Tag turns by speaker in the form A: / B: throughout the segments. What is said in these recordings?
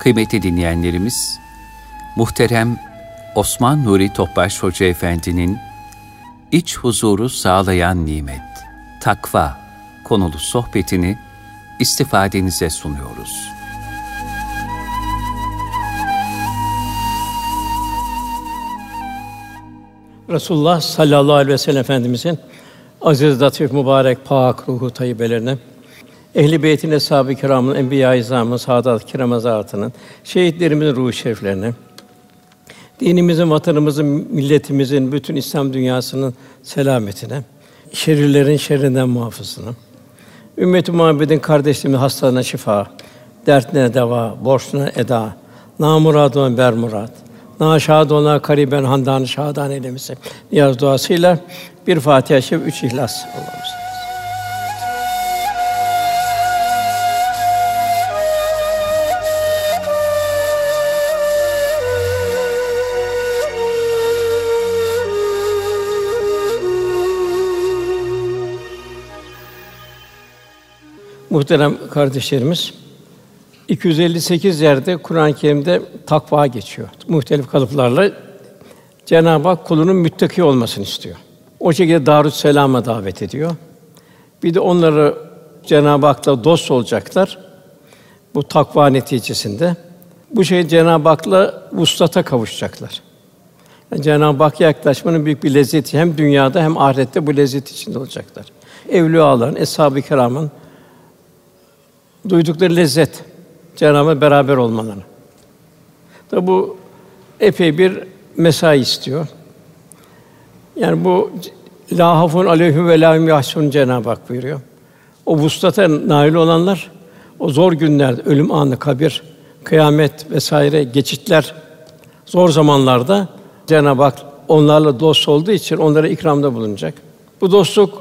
A: Kıymetli dinleyenlerimiz, muhterem Osman Nuri Topbaş Hoca Efendi'nin İç huzuru sağlayan nimet, takva konulu sohbetini istifadenize sunuyoruz.
B: Resulullah sallallahu aleyhi ve sellem Efendimizin aziz, latif, mübarek, pak ruhu tayyibelerine, ehl-i beytin, eshab-ı kiramın, enbiya-i izamın, saadat-ı kiram hazretlerinin, şehitlerimizin ruhu şeriflerine, dinimizin, vatanımızın, milletimizin, bütün İslam dünyasının selametine, şerirlerin şerrinden muhafızına, ümmet-i Muhammed'in kardeşlerimizin hastalarına şifa, dertlerine deva, borçlarına eda, namurad olan bermurad, naşad olan kariben handan-ı şadan eylemesin. Niyaz duasıyla bir Fatiha-i Şerif, 3 İhlas. Allah'ımız. Muhterem kardeşlerimiz, 258 yerde Kur'an-ı Kerim'de takva geçiyor. Muhtelif kalıplarla Cenab-ı Hak kulunun müttaki olmasını istiyor. O şekilde Darüsselam'a davet ediyor. Bir de onları Cenab-ı Hak'la dost olacaklar. Bu takva neticesinde bu Cenab-ı Hak'la vuslata kavuşacaklar. Yani Cenab-ı Hak'a yaklaşmanın büyük bir lezzeti hem dünyada hem ahirette bu lezzet içinde olacaklar. Evliyaların, eshab-ı kiramın duydukları lezzet, Cenab-ı Hak'la beraber olmaları. Tabi bu epey bir mesai istiyor. Yani bu lâ hafun aleyhim ve lâ hum yahzunun Cenab-ı Hak buyuruyor. O vuslata nail olanlar, o zor günlerde, ölüm anı, kabir, kıyamet vesaire geçitler, zor zamanlarda Cenab-ı Hak onlarla dost olduğu için onlara ikramda bulunacak. Bu dostluk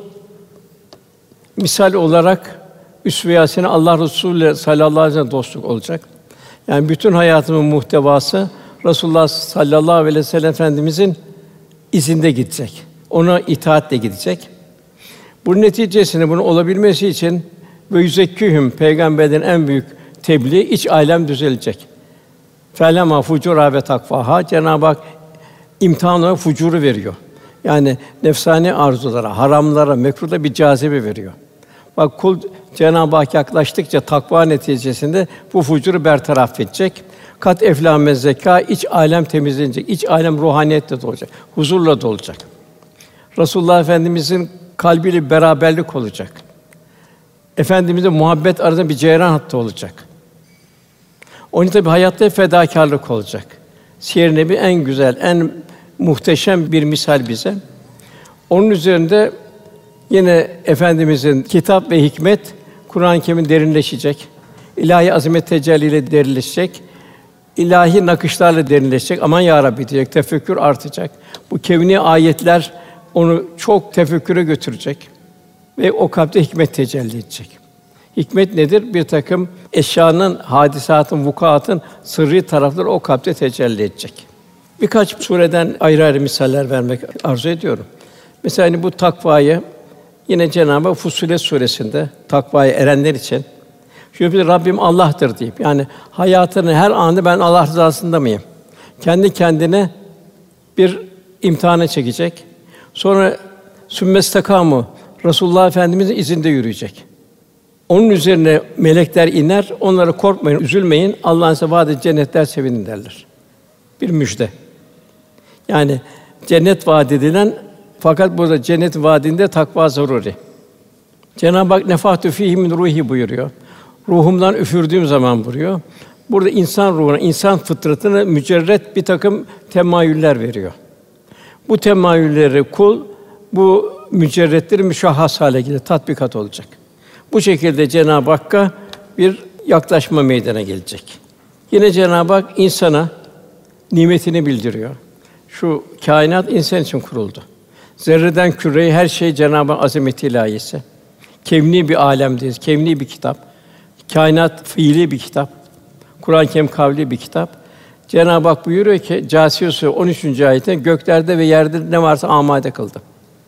B: misal olarak üsve-i hasene Allah Resulü sallallahu aleyhi ve sellem dostluk olacak. Yani bütün hayatımın muhtevası Resulullah sallallahu aleyhi ve sellem Efendimizin izinde gidecek. Ona itaatle gidecek. Bunun neticesinde bunun olabilmesi için ve yüzekkihüm peygamberlerin en büyük tebliği iç alem düzelecek. Felema fucura ve takvaha Cenab-ı Hak imtihanı fucuru veriyor. Yani nefsani arzulara, haramlara, mekruhlara bir cazibe veriyor. Bak kul Cenab-ı Hak yaklaştıkça takva neticesinde bu fucuru bertaraf edecek. Kat eflâme zekâ, iç alem temizlenecek. İç alem ruhaniyetle dolacak, huzurla dolacak. Resulullah Efendimizin kalbiyle beraberlik olacak. Efendimizle muhabbet arasında bir ceyran hattı olacak. Onun tabi hayatta fedakârlık olacak. Siyer-i Nebi en güzel, en muhteşem bir misal bize. Onun üzerinde yine Efendimizin kitap ve hikmet Kur'an-ı Kerim'in derinleşecek. İlahi azamet tecelliyle derinleşecek. İlahi nakışlarla derinleşecek. Aman ya Rabbi diyecek, tefekkür artacak. Bu kevni ayetler onu çok tefekküre götürecek ve o kalpte hikmet tecelli edecek. Hikmet nedir? Bir takım eşyanın, hadisatın, vukuatın sırrı tarafları o kalpte tecelli edecek. Birkaç sureden ayrı ayrı misaller vermek arzu ediyorum. Mesela hani bu takvayı yine Cenab-ı Hak Fussilet suresinde takvaya erenler için şöyle Rabbim Allah'tır deyip yani hayatının her anında ben Allah rızasında mıyım? Kendi kendine bir imtihana çekecek. Sonra sümmestakamu Resulullah Efendimizin izinde yürüyecek. Onun üzerine melekler iner, onlara korkmayın, üzülmeyin. Allah'ın size vaad ettiği cennetler sevinin derler. Bir müjde. Yani cennet vaad edilen fakat burada cennet vaadinde takva zaruri. Cenab-ı Hak nefahtü fîhî min ruhi buyuruyor. Ruhumdan üfürdüğüm zaman buyuruyor. Burada insan ruhuna, insan fıtratına mücerret bir takım temayüller veriyor. Bu temayülleri kul bu mücerretleri müşahhas hale gelir, tatbikat olacak. Bu şekilde Cenab-ı Hakk'a bir yaklaşma meydana gelecek. Yine Cenab-ı Hak insana nimetini bildiriyor. Şu kainat insan için kuruldu. Zerreden küreye her şey Cenab-ı Hak azameti ilahisi. Kevni bir âlemdeyiz, kevni bir kitap. Kainat fiili bir kitap. Kur'an-ı Kerim kavli bir kitap. Cenab-ı Hak buyuruyor ki Câsiye Suresi 13. ayette göklerde ve yerde ne varsa amade kıldı.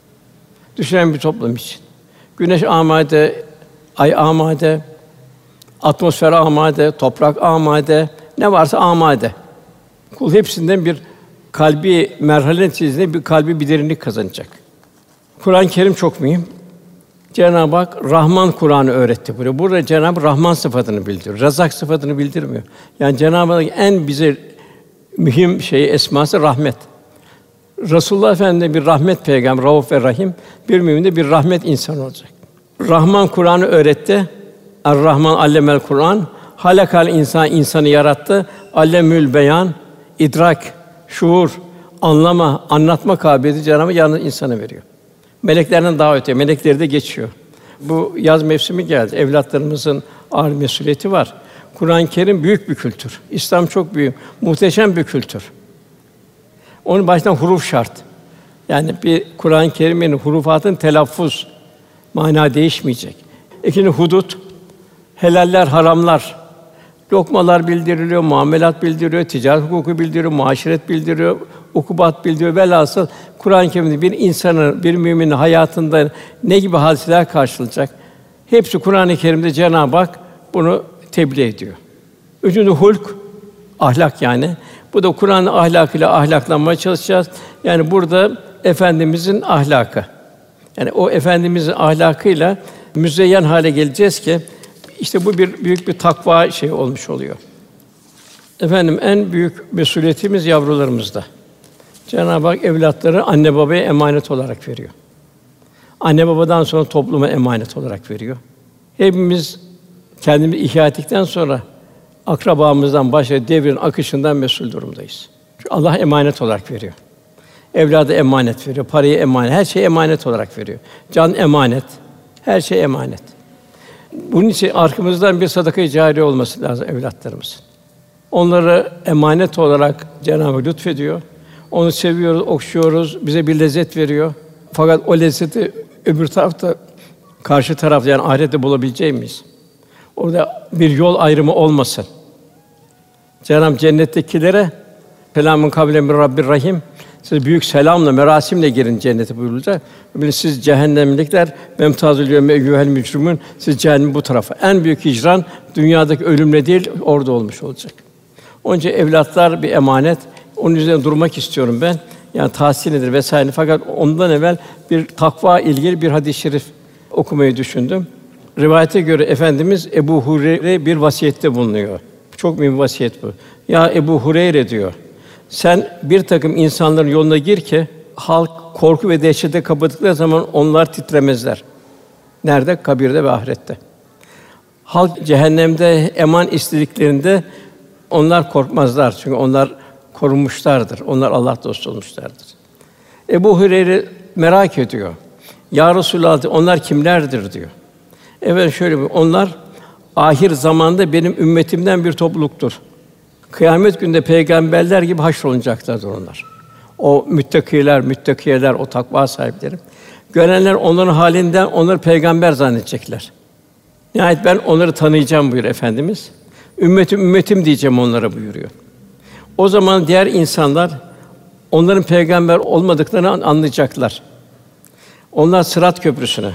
B: Düşünen bir toplum için. Güneş amade, ay amade, atmosfer amade, toprak amade, Ne varsa amade. Kul hepsinden bir kalbi merhale neticesinde bir kalbi bir derinlik kazanacak. Kur'an-ı Kerim çok mühim. Cenab-ı Hak Rahman Kur'an'ı öğretti buraya. Burada Cenab-ı Rahman sıfatını bildiriyor. Razak sıfatını bildirmiyor. Yani Cenab-ı Hak en bize mühim esması rahmet. Resulullah Efendimiz bir rahmet peygamber, Rauf ve Rahim, bir mümin de bir rahmet insanı olacak. Rahman Kur'an'ı öğretti. Er-Rahman allemel Kur'an. Halakal insan insanı yarattı. Allemül beyan, idrak, şuur, anlama, anlatma kabiliyeti Cenab-ı Hak yalnız insana veriyor. Meleklerden daha öte, melekleri de geçiyor. Bu yaz mevsimi geldi. Evlatlarımızın ağır mesuliyeti var. Kur'an-ı Kerim büyük bir kültür. İslam çok büyük, muhteşem bir kültür. Onun baştan huruf şart. Yani bir Kur'an-ı Kerim'in hurufatın telaffuz, mana değişmeyecek. İkinci hudut, helaller, haramlar, lokmalar bildiriliyor, muamelat bildiriyor, ticaret hukuku bildiriyor, muaşeret bildiriyor, ukubat bildiriyor. Velhasıl Kur'an-ı Kerim'de bir insanın, bir müminin hayatında ne gibi hadiseler karşılayacak? Hepsi Kur'an-ı Kerim'de Cenab-ı Hak bunu tebliğ ediyor. Üçüncü hulk, ahlak yani. Bu da Kur'an'ın ahlakıyla ahlaklanmaya çalışacağız. Yani burada Efendimizin ahlakı. Yani o Efendimizin ahlakıyla müzeyyen hale geleceğiz ki işte bu büyük bir takva olmuş oluyor. Efendim en büyük mesuliyetimiz yavrularımızda. Cenab-ı Hak evlatları anne babaya emanet olarak veriyor. Anne babadan sonra topluma emanet olarak veriyor. Hepimiz kendimizi ihya ettikten sonra akrabamızdan başka devrin akışından mesul durumdayız. Çünkü Allah emanet olarak veriyor. Evladı emanet veriyor, parayı emanet, her şeyi emanet olarak veriyor. Can emanet, her şey emanet. Bunun için arkamızdan bir sadaka-i câriye olması lazım evlatlarımızın. Onları emanet olarak Cenab-ı Hak lütfediyor. Onu seviyoruz, okşuyoruz, bize bir lezzet veriyor. Fakat o lezzeti öbür tarafta, karşı tarafta yani ahirette bulabilecek miyiz? Orada bir yol ayrımı olmasın. Cenab-ı Hak cennettekilere "Selamun kavlen min Rabbir Rahim" siz büyük selamla, merasimle girin cennete buyurulacak. Siz cehennemlikler "Memtazül yevme eyyuhel mücrimun" siz cehennemin bu tarafa. En büyük hicran dünyadaki ölümle değil, orada olmuş olacak. Onun için evlatlar bir emanet. Onun üzerine durmak istiyorum ben. Yani tahsil nedir vesaire. Fakat ondan evvel bir takva ilgili bir hadis-i şerif okumayı düşündüm. Rivayete göre Efendimiz Ebu Hureyre bir vasiyette bulunuyor. Çok mühim vasiyet bu. Ya Ebu Hureyre diyor. Sen bir takım insanların yoluna gir ki halk korku ve dehşete kapıldıkları zaman onlar titremezler. Nerede? Kabirde ve ahirette. Halk cehennemde eman istediklerinde onlar korkmazlar. Çünkü onlar korunmuşlardır. Onlar Allah dostu olmuşlardır. Ebu Hureyre merak ediyor. Ya Resulallah, onlar kimlerdir diyor. Evet şöyle, onlar ahir zamanda benim ümmetimden bir topluluktur. Kıyamet günde peygamberler gibi haşrolunacaklardır onlar. O müttakiler, o takva sahipleri. Görenler onların halinden onları peygamber zannedecekler. Nihayet ben onları tanıyacağım buyuruyor Efendimiz. Ümmetim diyeceğim onlara buyuruyor. O zaman diğer insanlar onların peygamber olmadıklarını anlayacaklar. Onlar Sırat Köprüsü'ne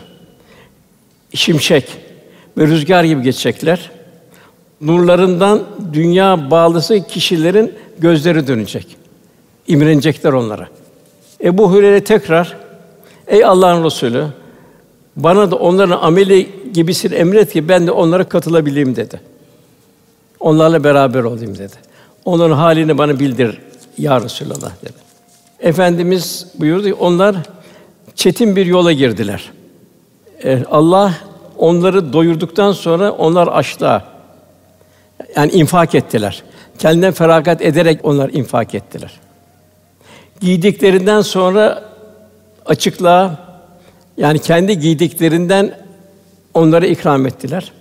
B: şimşek ve rüzgar gibi geçecekler. Nurlarından dünya bağlısı kişilerin gözleri dönecek. İmrenecekler onlara. Ebu Hureyre tekrar, ey Allah'ın Resulü, bana da onların ameli gibisini emret ki ben de onlara katılabileyim dedi. Onlarla beraber olayım dedi. Onların halini bana bildir ya Resulallah dedi. Efendimiz buyurdu ki onlar çetin bir yola girdiler. Allah onları doyurduktan sonra onlar açlığa, yani infak ettiler. Kendinden feragat ederek onlar infak ettiler. Giydiklerinden sonra açıklığa, yani kendi giydiklerinden onlara ikram ettiler.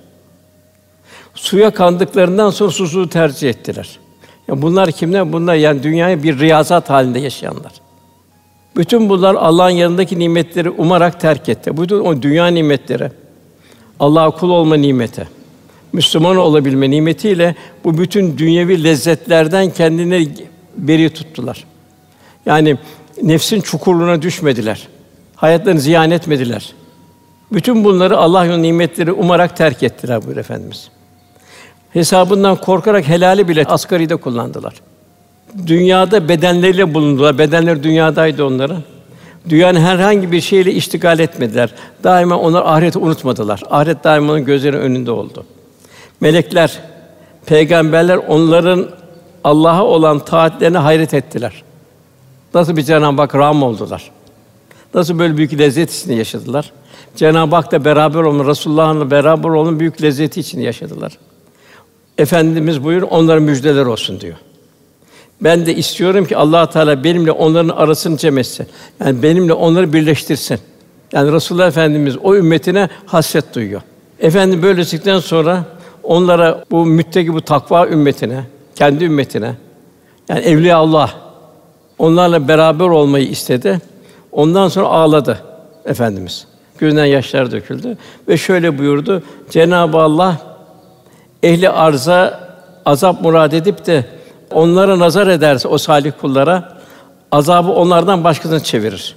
B: Suya kandıklarından sonra susuzluğu tercih ettiler. Yani bunlar kimler? Bunlar yani dünyaya bir riyazat halinde yaşayanlar. Bütün bunlar Allah'ın yanındaki nimetleri umarak terk etti. Bütün o dünya nimetleri, Allah'a kul olma nimeti, Müslüman olabilme nimetiyle bu bütün dünyevi lezzetlerden kendini beri tuttular. Yani nefsin çukurluğuna düşmediler. Hayatlarını ziyan etmediler. Bütün bunları Allah yolunda nimetleri umarak terk ettiler buyuruyor Efendimiz. Hesabından korkarak helali bile asgaride kullandılar. Dünyada bedenleriyle bulundular. Bedenleri dünyadaydı onların. Dünyanın herhangi bir şeyle iştigal etmediler. Daima onlar ahireti unutmadılar. Ahiret daima onların gözlerinin önünde oldu. Melekler, peygamberler onların Allah'a olan taatlerine hayret ettiler. Nasıl bir Cenab-ı Hak rağm oldular. Nasıl böyle büyük lezzet içinde yaşadılar. Cenab-ı Hak'la beraber olmanın, Resulullah'la beraber olmanın büyük lezzeti içinde yaşadılar. Efendimiz buyuruyor, onlara müjdeler olsun diyor. Ben de istiyorum ki Allah Teala benimle onların arasını cem etsin. Yani benimle onları birleştirsin. Yani Resulullah Efendimiz o ümmetine hasret duyuyor. Efendim böyle dedikten sonra onlara bu müttaki bu takva ümmetine, kendi ümmetine yani evliyaullah onlarla beraber olmayı istedi. Ondan sonra ağladı Efendimiz. Gözünden yaşlar döküldü ve şöyle buyurdu: Cenab-ı Allah ehli arza azap murad edip de onlara nazar ederse o salih kullara azabı onlardan başkasına çevirir.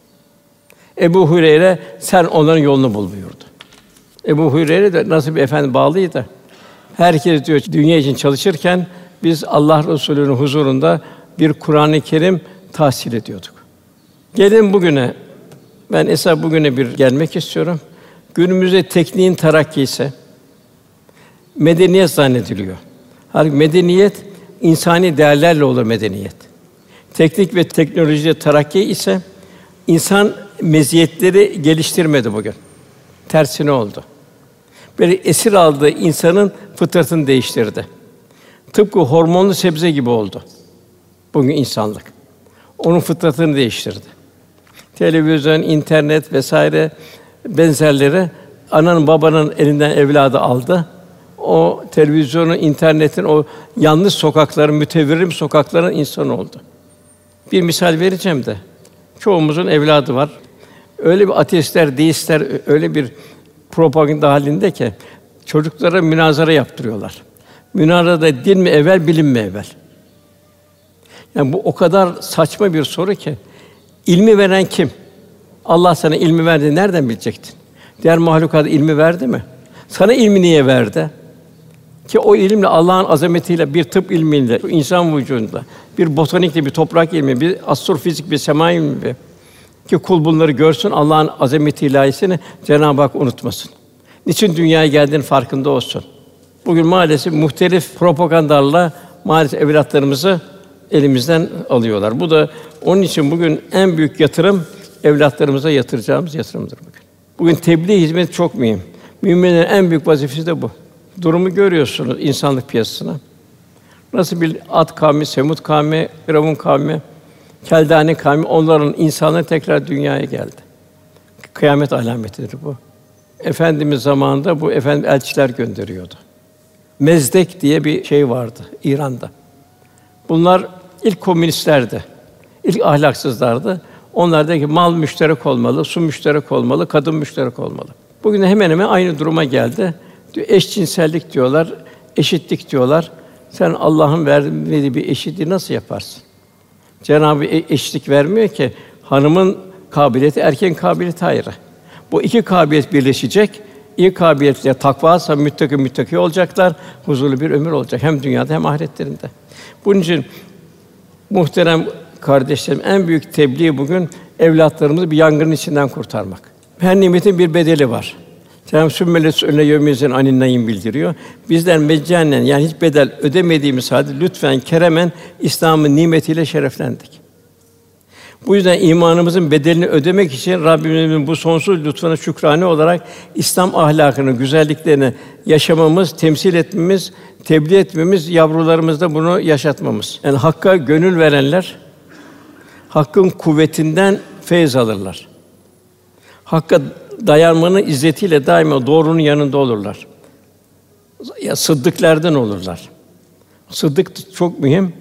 B: Ebu Hureyre sen onların yolunu bul buyurdu. Ebu Hureyre de nasıl bir efendi bağlıydı. Herkes diyor dünya için çalışırken biz Allah Resulü'nün huzurunda bir Kur'an-ı Kerim tahsil ediyorduk. Gelin bugüne. Ben esas bugüne bir gelmek istiyorum. Günümüzde tekniğin terakkisi medeniyet zannediliyor. Halbuki medeniyet insani değerlerle olur medeniyet. Teknik ve teknolojide terakki ise insan meziyetleri geliştirmedi bugün. Tersine oldu. Böyle esir aldığı insanın fıtratını değiştirdi. Tıpkı hormonlu sebze gibi oldu bugün insanlık. Onun fıtratını değiştirdi. Televizyon, internet vesaire benzerleri ananın babanın elinden evladı aldı. O televizyonun, internetin o yanlış sokakların, müteverrim sokakların insanı oldu. Bir misal vereceğim de. Çoğumuzun evladı var. Öyle bir ateistler, deistler öyle bir propaganda halinde ki çocuklara münazara yaptırıyorlar. Münazarada din mi evvel, bilim mi evvel? Yani bu o kadar saçma bir soru ki ilmi veren kim? Allah sana ilmi verdi, nereden bilecektin? Diğer mahlukata ilmi verdi mi? Sana ilmi niye verdi? Ki o ilimle Allah'ın azametiyle, bir tıp ilmiyle, insan vücudunda, bir botanikle, bir toprak ilmi, bir astrofizik, bir sema ilmi ki kul bunları görsün, Allah'ın azameti ilahisini Cenab-ı Hak unutmasın. Niçin dünyaya geldiğinin farkında olsun. Bugün maalesef muhtelif propagandalarla maalesef evlatlarımızı elimizden alıyorlar. Bu da onun için bugün en büyük yatırım evlatlarımıza yatıracağımız yatırımdır bugün. Bugün tebliğ hizmeti çok mühim. Müminlerin en büyük vazifesi de bu. Durumu görüyorsunuz insanlık piyasasına. Nasıl bir Ad kavmi, Semud kavmi, Firavun kavmi, Keldani kavmi onların insanları tekrar dünyaya geldi. Kıyamet alametidir bu. Efendimiz zamanında bu efendim elçiler gönderiyordu. Mezdek diye bir şey vardı İran'da. Bunlar ilk komünistlerdi. İlk ahlaksızlardı. Onlar dedi ki mal müşterek olmalı, su müşterek olmalı, kadın müşterek olmalı. Bugün de hemen hemen aynı duruma geldi. Eşcinsellik diyorlar, eşitlik diyorlar. Sen Allah'ın verdiği bir eşitliği nasıl yaparsın? Cenab-ı eşitlik vermiyor ki. Hanımın kabiliyeti, erkeğin kabiliyeti ayrı. Bu iki kabiliyet birleşecek. İyi kabiliyetle takvaysa müttaki olacaklar. Huzurlu bir ömür olacak hem dünyada hem ahiretlerinde. Bunun için muhterem kardeşlerim en büyük tebliğ bugün evlatlarımızı bir yangının içinden kurtarmak. Her nimetin bir bedeli var. Cenab-ı Sümmeles önüne yevmizin anin bildiriyor. Bizden meccanen yani hiç bedel ödemediğimiz halde lütfen keremen İslam'ın nimetiyle şereflendik. Bu yüzden imanımızın bedelini ödemek için Rabbimizin bu sonsuz lütfuna şükrane olarak İslam ahlakını, güzelliklerini yaşamamız, temsil etmemiz, tebliğ etmemiz, yavrularımızda bunu yaşatmamız. Yani hakka gönül verenler hakkın kuvvetinden feyz alırlar. Hakka dayanmanın izzetiyle daima doğrunun yanında olurlar. Ya sıddıklardan olurlar. Sıddık çok mühim.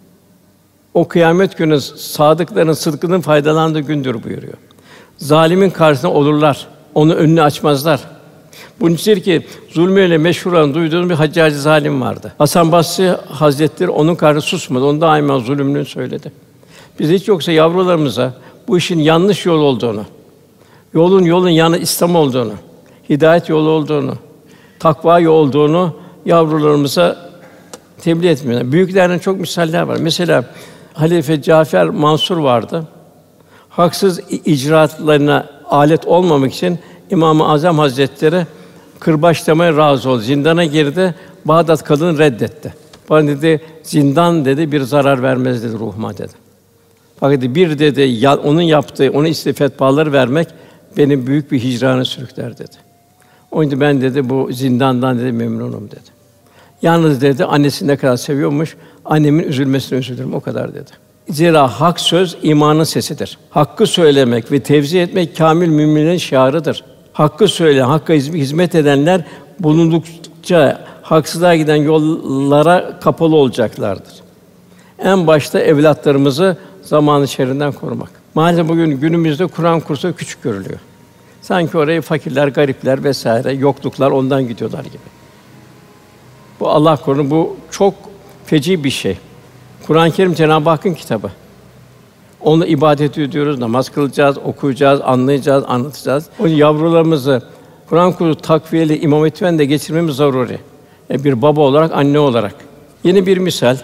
B: O kıyamet günü sadıkların sıdkının faydalandığı gündür buyuruyor. Zalimin karşısında olurlar. Onun önünü açmazlar. Bunun için ki zulmüyle meşhur olan duyduğumuz bir Haccacı zalim vardı. Hasan Basri Hazretleri onun karşısında susmadı. Onun daima zulmünü söyledi. Biz hiç yoksa yavrularımıza bu işin yanlış yol olduğunu, yolun yanı İslam olduğunu, hidayet yolu olduğunu, takva yolu olduğunu yavrularımıza tebliğ etmiyorlar. Büyüklerden çok misaller var. Mesela Halife Cafer Mansur vardı. Haksız icraatlarına alet olmamak için İmam-ı Azam Hazretleri kırbaçlamaya razı oldu. Zindana girdi. Bağdat kadını reddetti. Bana dedi, zindan dedi bir zarar vermez dedi ruhuma dedi. Fakat bir dedi onun yaptığı, ona fetvaları vermek benim büyük bir hicrana sürükler dedi. Onun için ben dedi bu zindandan dedi memnunum dedi. Yalnız dedi annesini ne kadar seviyormuş, annemin üzülmesine üzülürüm o kadar dedi. Zira hak söz imanın sesidir. Hakkı söylemek ve tevzi etmek kâmil müminin şiarıdır. Hakkı söyleyen, hakka hizmet edenler bulundukça haksızlığa giden yollara kapalı olacaklardır. En başta evlatlarımızı zamanı şerrinden korumak. Maalesef bugün günümüzde Kur'an kursu küçük görülüyor. Sanki oraya fakirler, garipler vesaire, yokluklar ondan gidiyorlar gibi. Bu Allah korusun, bu çok feci bir şey. Kur'an-ı Kerim Cenab-ı Hakk'ın kitabı. Onunla ibadet ediyoruz, namaz kılacağız, okuyacağız, anlayacağız, anlatacağız. O yavrularımızı Kur'an kursu takviyeli İmam Hatip'ten de geçirmemiz zaruri. Bir baba olarak, anne olarak. Yeni bir misal.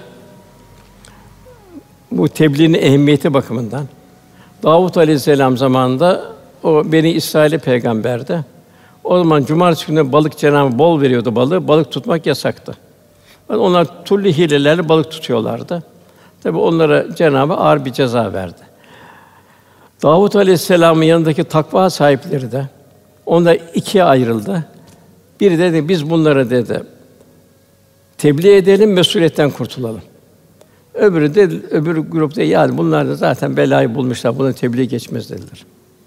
B: Bu tebliğin ehemmiyeti bakımından. Davud Aleyhisselam zamanında o Beni İsrail peygamberdi. O zaman cumartesi günü balık Cenab-ı bol veriyordu balığı. Balık tutmak yasaktı. Onlar türlü hilelerle balık tutuyorlardı. Tabii onlara Cenab-ı ağır bir ceza verdi. Davud Aleyhisselam'ın yanındaki takva sahipleri de onlar ikiye ayrıldı. Biri dedi biz bunlara dedi tebliğ edelim, mesuliyetten kurtulalım. Öbür grupta yani bunlar da zaten belayı bulmuşlar, buna tebliğ geçmez dediler.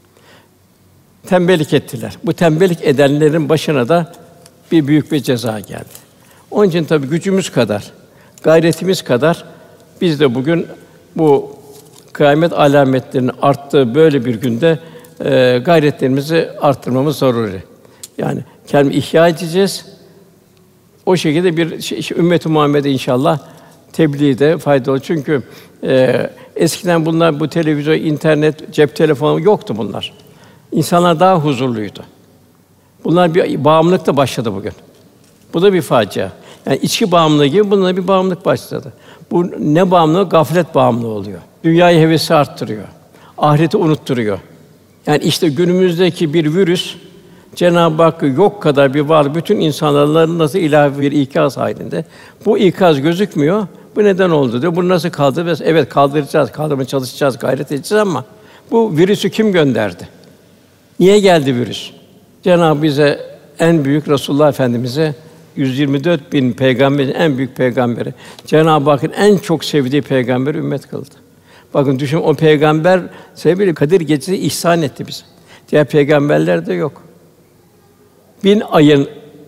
B: Tembellik ettiler. Bu tembellik edenlerin başına da bir büyük bir ceza geldi. Onun için tabii gücümüz kadar, gayretimiz kadar biz de bugün bu kıyamet alametlerinin arttığı böyle bir günde gayretlerimizi arttırmamız zaruri. Yani kendimizi ihya edeceğiz. O şekilde bir ümmet-i Muhammed'e inşallah tebliğde faydalı. Çünkü eskiden bunlar bu televizyon, internet, cep telefonu yoktu bunlar. İnsanlar daha huzurluydu. Bunlar bir bağımlılıkla başladı bugün. Bu da bir facia. Yani içki bağımlılığı gibi bununla bir bağımlılık başladı. Bu ne bağımlılığı? Gaflet bağımlılığı oluyor. Dünyayı hevesi arttırıyor. Ahireti unutturuyor. Yani işte günümüzdeki bir virüs Cenab-ı Hakk'ı yok kadar bir var bütün insanların nasıl ilahi bir ikaz halinde. Bu ikaz gözükmüyor. Bu neden oldu diyor. Bunu nasıl kaldıracağız? Evet kaldıracağız. Kaldırmaya çalışacağız, gayret edeceğiz ama bu virüsü kim gönderdi? Niye geldi virüs? Cenab-ı bize en büyük Resulullah Efendimize 124.000 peygamberin en büyük peygamberi, Cenab-ı Hakk'ın en çok sevdiği peygamber ümmet kıldı. Bakın düşün o peygamber sebebiyle Kadir Gecesi ihsan etti bize. Diğer peygamberler de yok. 1000 ayın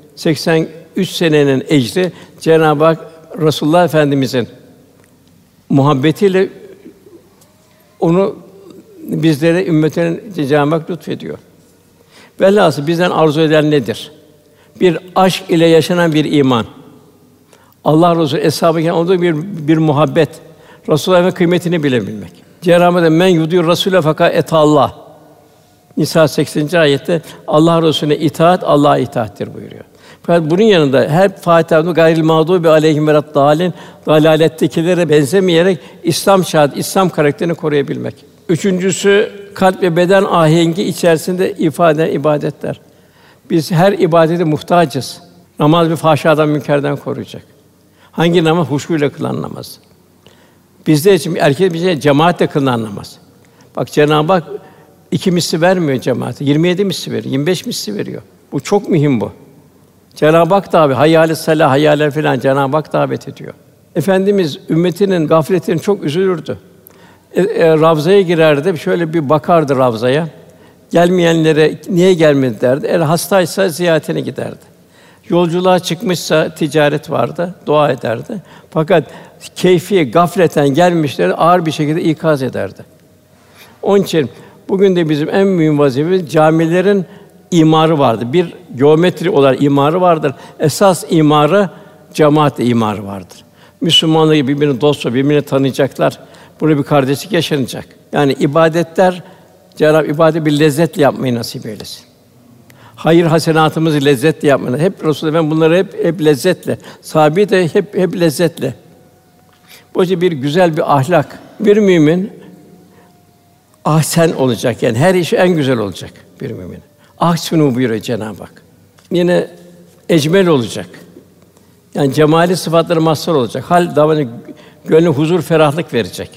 B: 83 senenin ecri Cenab-ı Hak Resulullah Efendimizin muhabbetiyle onu bizlere ümmetine Cenab-ı Hak lütfediyor. Velhâsıl bizden arzu eden nedir? Bir aşk ile yaşanan bir iman. Allah Resulü eshab-ı kiram olduğu bir muhabbet. Resulullah'ın kıymetini bilebilmek. Cenab-ı Hak men yudiur Rasûle fakat etallah. Nisa 80. ayette Allah Resulüne itaat Allah'a itaattir buyuruyor. Fakat bunun yanında her Fatiha'nın gayril mağdûbi aleyhim veleddâlin dalalettekilere benzemeyerek İslam şahit, İslam karakterini koruyabilmek. Üçüncüsü kalp ve beden ahengi içerisinde ifade eden ibadetler. Biz her ibadete muhtacız. Namaz bir fahşadan, münkerden koruyacak. Hangi namaz? Huşuyla kılınan namaz. Bizde için erkek bir cemaatle kılınan namaz. Bak Cenab-ı Hak 2 misli vermiyor cemaate. 27 misli veriyor, 25 misli veriyor. Bu çok mühim bu. Cenab-ı Hak da hayyâle salâh, hayyâle filan Cenab-ı Hak davet ediyor. Efendimiz ümmetinin gafletine çok üzülürdü. Ravzaya girerdi, şöyle bir bakardı ravzaya. Gelmeyenlere niye gelmedi derdi. Eğer hastaysa ziyaretine giderdi. Yolculuğa çıkmışsa ticaret vardı, dua ederdi. Fakat keyfi gafleten gelmişleri ağır bir şekilde ikaz ederdi. Onun için bugün de bizim en mühim vazifemiz camilerin imarı vardır. Bir geometri olarak imarı vardır. Esas imarı cemaat imarı vardır. Müslümanlar birbirini dostça, birbirini tanıyacaklar. Burada bir kardeşlik yaşanacak. Yani ibadetler Cenab-ı ibadet bir lezzetle yapmayı nasip eylesin. Hayır hasenatımızı lezzetle yapmanız. Hep Resul Efendimiz bunları hep lezzetle. Sahabe de hep lezzetle. Bu işte bir güzel bir ahlak. Bir mümin ahsen olacak. Yani her işi en güzel olacak bir mümin. Ahsinu buyuruyor Cenab-ı Hak. Yine ecmel olacak. Yani cemali sıfatları mazhar olacak. Hal davranış gönlüne huzur, ferahlık verecek.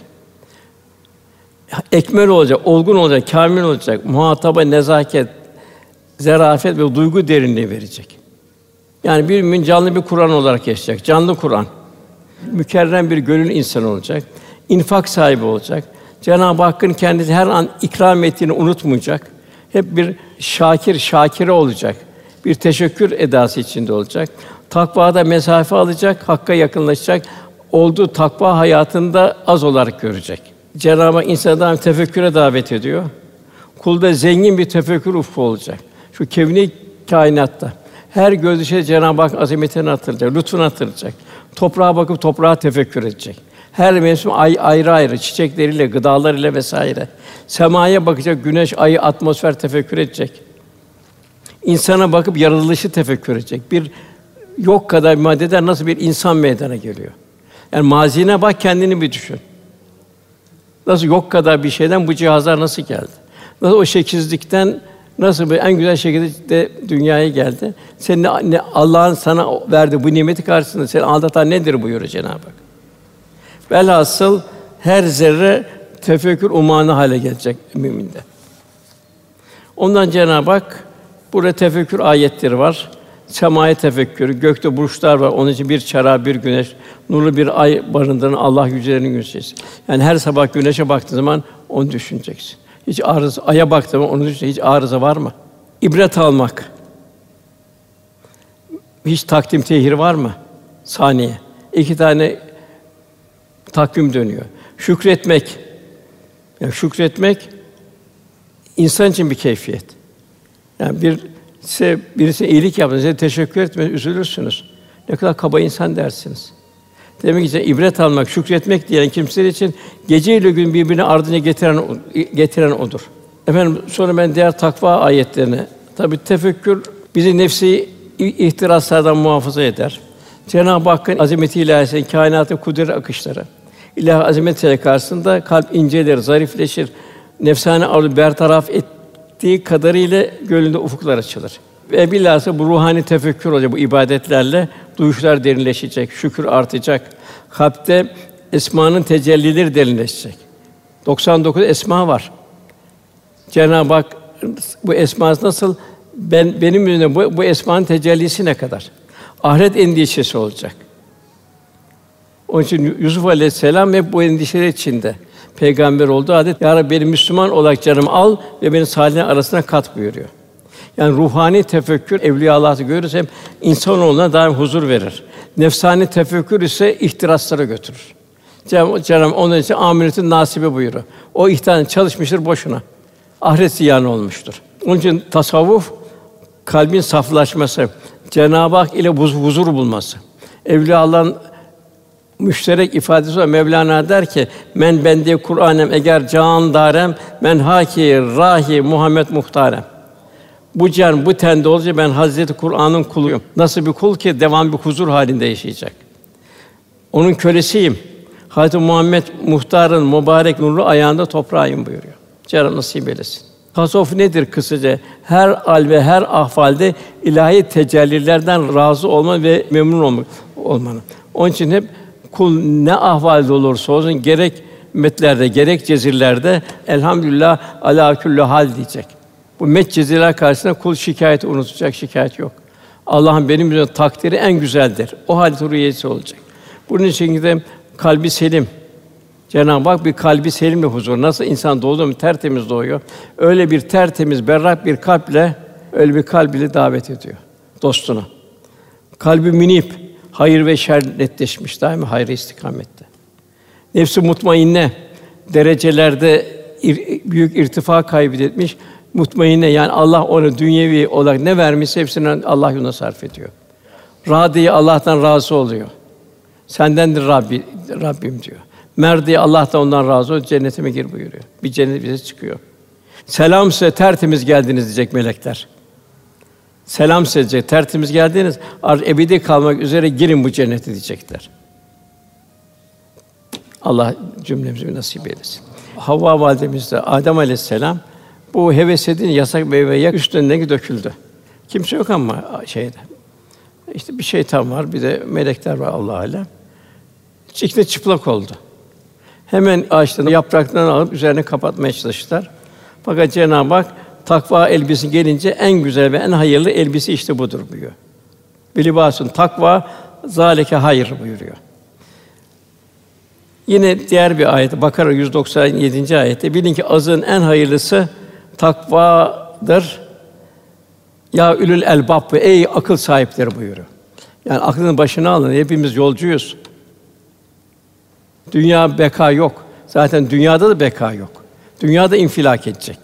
B: Ekmel olacak, olgun olacak, kâmil olacak. Muhataba nezaket, zarafet ve duygu derinliği verecek. Yani bir mümin canlı bir Kur'an olarak yaşayacak. Canlı Kur'an. Mükerrem bir gönül insanı olacak. İnfak sahibi olacak. Cenab-ı Hakk'ın kendisi her an ikram ettiğini unutmayacak. Hep bir şakire olacak. Bir teşekkür edası içinde olacak. Takvada mesafe alacak, Hakk'a yakınlaşacak. Olduğu takva hayatında az olarak görecek. Cenab-ı Hak insanı tefekküre davet ediyor. Kulda zengin bir tefekkür ufku olacak. Şu kevni kainatta her gördüğü Cenab-ı Hak azametini hatırlayacak, lütfunu hatırlayacak. Toprağa bakıp toprağa tefekkür edecek. Her mevsim ayrı ayrı çiçekleriyle, gıdalarıyla vesaire. Semaya bakacak, güneş, ayı, atmosfer tefekkür edecek. İnsana bakıp yaratılışı tefekkür edecek. Bir yok kadar bir maddeden nasıl bir insan meydana geliyor? Yani mazine bak, kendini bir düşün. Nasıl yok kadar bir şeyden bu cihazlar nasıl geldi? Nasıl o şekilsizlikten nasıl en güzel şekilde de dünyaya geldi? Senin Allah'ın sana verdiği bu nimeti karşısında seni aldatan nedir buyuruyor Cenab-ı Hak. Velhasıl her zerre tefekkür umanı hale gelecek müminde. Ondan Cenab-ı Hak burada tefekkür ayetleri var. Semaya tefekkürü, gökte burçlar var. Onun için bir çara, bir güneş, nurlu bir ay barındıran Allah yücelerinin güneşi. Yani her sabah güneşe baktığın zaman onu düşüneceksin. Hiç arıza, aya baktığın zaman onu düşüneceksin. Hiç arıza var mı? İbret almak. Hiç takdim tehir var mı? Saniye. 2 tane takvim dönüyor. Şükretmek. Yani şükretmek insan için bir keyfiyet. Yani birisi iyilik yaptı, size teşekkür etmez, üzülürsünüz. Ne kadar kaba insan dersiniz. Demek ki ibret almak, şükretmek diyen kimseler için gece ile gün birbirine ardınca getiren odur. Efendim sonra ben diğer takva ayetlerine, tabii tefekkür bizi nefsi ihtiraslardan muhafaza eder. Cenab-ı Hakk'ın azameti ilahisinin kainatın kudret akışları, ilahi azamet karşısında kalp incelir, zarifleşir. Nefsane arzu bertaraf ettiği kadarıyla gönlünde ufuklar açılır. Ve bilhassa bu ruhani tefekkür olacak, bu ibadetlerle duyuşlar derinleşecek, şükür artacak. Kalpte esmanın tecellileri derinleşecek. 99 esma var. Cenab-ı Hak bu esma nasıl benim yüzümden bu esmanın tecellisi ne kadar? Ahiret endişesi olacak. Onun için Yusuf Aleyhisselam hep bu endişeler içinde peygamber olduğu halde ya Rabbi beni Müslüman olarak canımı al ve beni salihler arasına kat buyuruyor. Yani ruhani tefekkür evliyallah'ı görürsem insanoğluna daim huzur verir. Nefsani tefekkür ise ihtiraslara götürür. Cenab-ı onun için amiretin nasibi buyuruyor. O ihtiyaçtan çalışmıştır boşuna. Ahiret ziyanı olmuştur. Onun için tasavvuf kalbin saflaşması, Cenab-ı Hak ile huzur bulması. Evliyallah'ın müşterek ifadesi var. Mevlana der ki: "Men bende Kur'anem eğer can darem men haki rahi Muhammed muhtarem." Bu can bu tende olunca ben Hazreti Kur'an'ın kuluyum. Nasıl bir kul ki devam bir huzur halinde yaşayacak. Onun kölesiyim. Hazreti Muhammed muhtarın mübarek nurlu ayağında toprağıyım buyuruyor. Cenab-ı nasip eylesin. Tasavvuf nedir kısaca? Her hal ve her ahvalde ilahi tecellilerden razı olma ve memnun olmanın. Onun için hep kul ne ahvalde olursa olsun gerek ümmetlerde gerek cezirlerde elhamdülillah ala kulli hal diyecek. Bu cezirler karşısında kul şikayeti unutacak, şikayet yok. Allah'ın benim üzerime takdiri en güzeldir. O halet rüyesi olacak. Bunun için de kalbi selim. Cenab-ı Hak bir kalbi selimle huzur. Nasıl insan doğdu mu tertemiz doğuyor. Öyle bir tertemiz, berrak bir kalple, öyle bir kalb ile davet ediyor dostuna. Kalbi münip, hayır ve şer netleşmiş, daima hayır istikamette. Nefs-i mutmainne derecelerde büyük irtifa kaybetmiş. Mutmainne yani Allah ona dünyevi olarak ne vermişse hepsini Allah yoluna sarf ediyor. Râdiye Allah'tan razı oluyor. Sendendir Rabbim diyor. Merdiye Allah da ondan razı ol, cennetime gir buyuruyor. Bir cennet bize çıkıyor. Selam size tertemiz geldiniz diyecek melekler. selam size diyecek. Tertemiz geldiniz, ebedi kalmak üzere girin bu cennete diyecekler. Allah cümlemizi nasip eylesin. Havva validemiz de Adem Aleyhisselam bu heves edin yasak meyve üstüne döküldü. Kimse yok ama şeyde. İşte bir şeytan var, bir de melekler var Allah alem. İkisi de çıplak oldu. Hemen ağaçların yapraklarını alıp üzerine kapatmaya çalıştılar. Fakat Cenab-ı Hak takva elbisesi gelince en güzel ve en hayırlı elbise işte budur buyuruyor. Ve libâsun takva zâlike hayır buyuruyor. Yine diğer bir ayet Bakara 197. ayette bilin ki azığın en hayırlısı takvadır. Ya ülül elbab ve ey akıl sahipleri buyuruyor. Yani aklını başına alın. Hepimiz yolcuyuz. Dünya beka yok. Zaten dünyada da beka yok. Dünyada infilak edecek.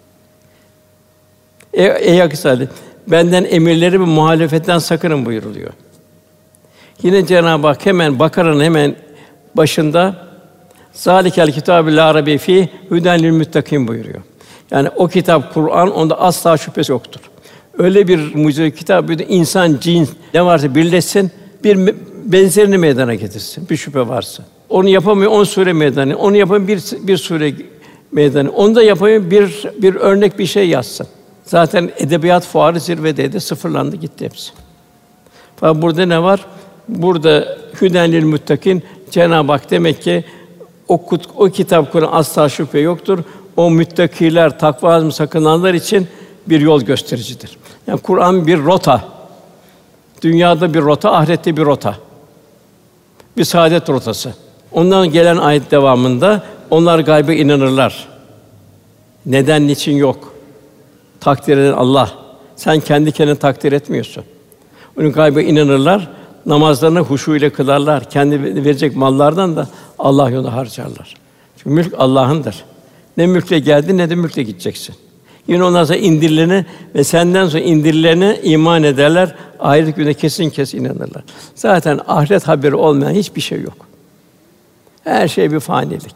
B: Ey akıl sahibi, benden emirleri ve muhalefetten sakının buyuruluyor. Yine Cenab-ı Hak hemen Bakara'nın hemen başında zâlikel kitâbü lâ raybe fîh huden lil muttaqîn buyuruyor. Yani o kitap Kur'an onda asla şüphesi yoktur. Öyle bir mucize kitap bir de insan, cin ne varsa birleşsin, bir benzerini meydana getirsin. Bir şüphe varsa. Onu yapamıyor 10 sure meydana, onu yapamıyor bir sure meydana. Onu da yapamıyor bir örnek bir şey yazsın. Zaten edebiyat fuarı zirvedeydi, sıfırlandı gitti hepsi. Fakat burada ne var? Burada huden lil muttaqîn Cenab-ı Hak demek ki o kitap Kur'an asla şüphe yoktur. O müttakiler, takva sakınanlar için bir yol göstericidir. Yani Kur'an bir rota. Dünyada bir rota, ahirette bir rota. Bir saadet rotası. Ondan gelen ayet devamında onlar gaybe inanırlar. Neden, niçin yok. Takdir eden Allah. Sen kendi kendini takdir etmiyorsun. Onun gaybe inanırlar. Namazlarını huşu ile kılarlar. Kendi verecek mallardan da Allah yolunda harcarlar. Çünkü mülk Allah'ındır. Ne mülkle geldin ne de mülkle gideceksin. Yine ondan sonra indirilene ve senden sonra indirilene iman ederler. Ahiret gününe kesin inanırlar. Zaten ahiret haberi olmayan hiçbir şey yok. Her şey bir fanilik.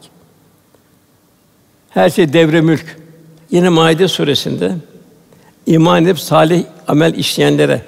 B: Her şey devre mülk. Yine Maide suresinde iman edip salih amel işleyenlere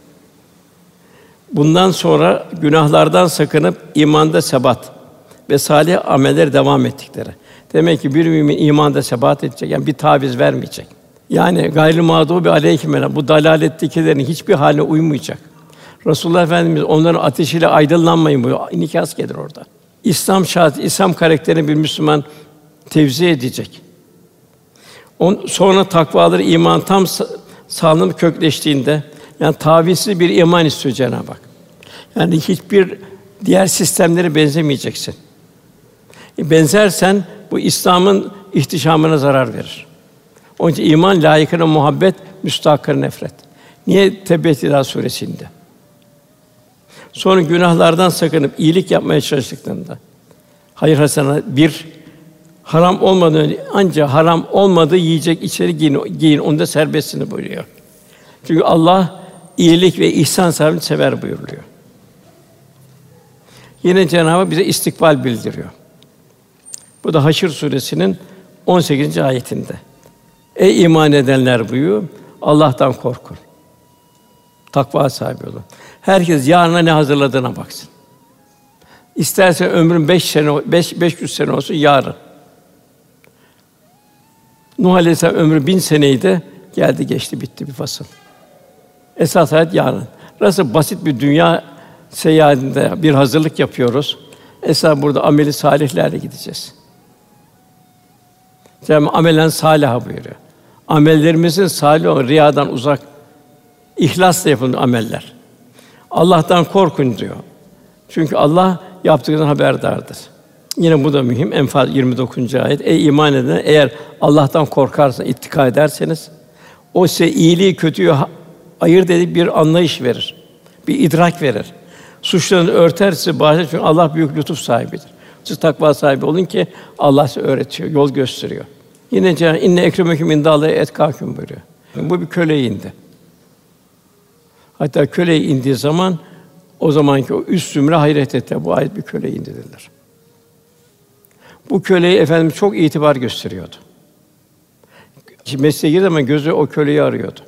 B: bundan sonra günahlardan sakınıp imanda sebat ve salih ameller devam ettikleri. Demek ki bir mümin imanda sebat edecek, yani bir taviz vermeyecek. Yani gayrı mağdûbi aleyhim bu dalalettekilerin hiçbir haline uymayacak. Resulullah Efendimiz onların ateşiyle aydınlanmayın buyuruyor. İnikas gelir orada. İslam şart, İslam karakterini bir Müslüman tevzi edecek. Sonra takvaları iman tam sağlanıp kökleştiğinde, yani tavizsiz bir iman istiyor Cenab-ı Hak. Yani hiçbir diğer sistemlere benzemeyeceksin. Benzersen bu İslam'ın ihtişamına zarar verir. Onun için iman layıkına muhabbet, müstahakına nefret. Niye Tevbe suresinde? Sonra günahlardan sakınıp iyilik yapmaya çalıştıklarında hayır hasana bir haram olmadan önce ancak haram olmadığı yiyecek içeri giyin onda serbestsini buyuruyor. Çünkü Allah iyilik ve ihsan sahibini sever buyuruluyor. Yine Cenab-ı Hak bize istikbal bildiriyor. Bu da Haşr suresinin 18. ayetinde. Ey iman edenler buyuruyor, Allah'tan korkun. Takva sahibi olun. Herkes yarına ne hazırladığına baksın. İsterse ömrün 500 sene olsun yarın. Nuh Aleyhisselam ömrü 1000 seneydi, geldi geçti bitti bir fasıl. Esas hayat yarın. Nasıl basit bir dünya seyahatinde bir hazırlık yapıyoruz. Esas burada ameli salihlerle gideceğiz. Cenab-ı amelen sâliha buyuruyor. Amellerimizin salih olan riyadan uzak, ihlasla yapılan ameller. Allah'tan korkun diyor. Çünkü Allah yaptığınızdan haberdardır. Yine bu da mühim. Enfal 29. ayet. Ey iman edenler, eğer Allah'tan korkarsanız, ittika ederseniz, o size iyiliği, kötüyü ayırt edip bir anlayış verir. Bir idrak verir. Suçlarını örter size bağışlar çünkü Allah büyük lütuf sahibidir. Siz takva sahibi olun ki Allah size öğretiyor, yol gösteriyor. Yine Cenab-ı Hak inne ekremeküm indallâhi etkâküm buyuruyor. Bu bir köleye indi. Hatta köleye indiği zaman o zamanki o üst zümre hayret etti. Bu ayet bir köleye indi dediler. Bu köleye Efendimiz çok itibar gösteriyordu. Mesleğe girdiği zaman gözü o köleyi arıyordu.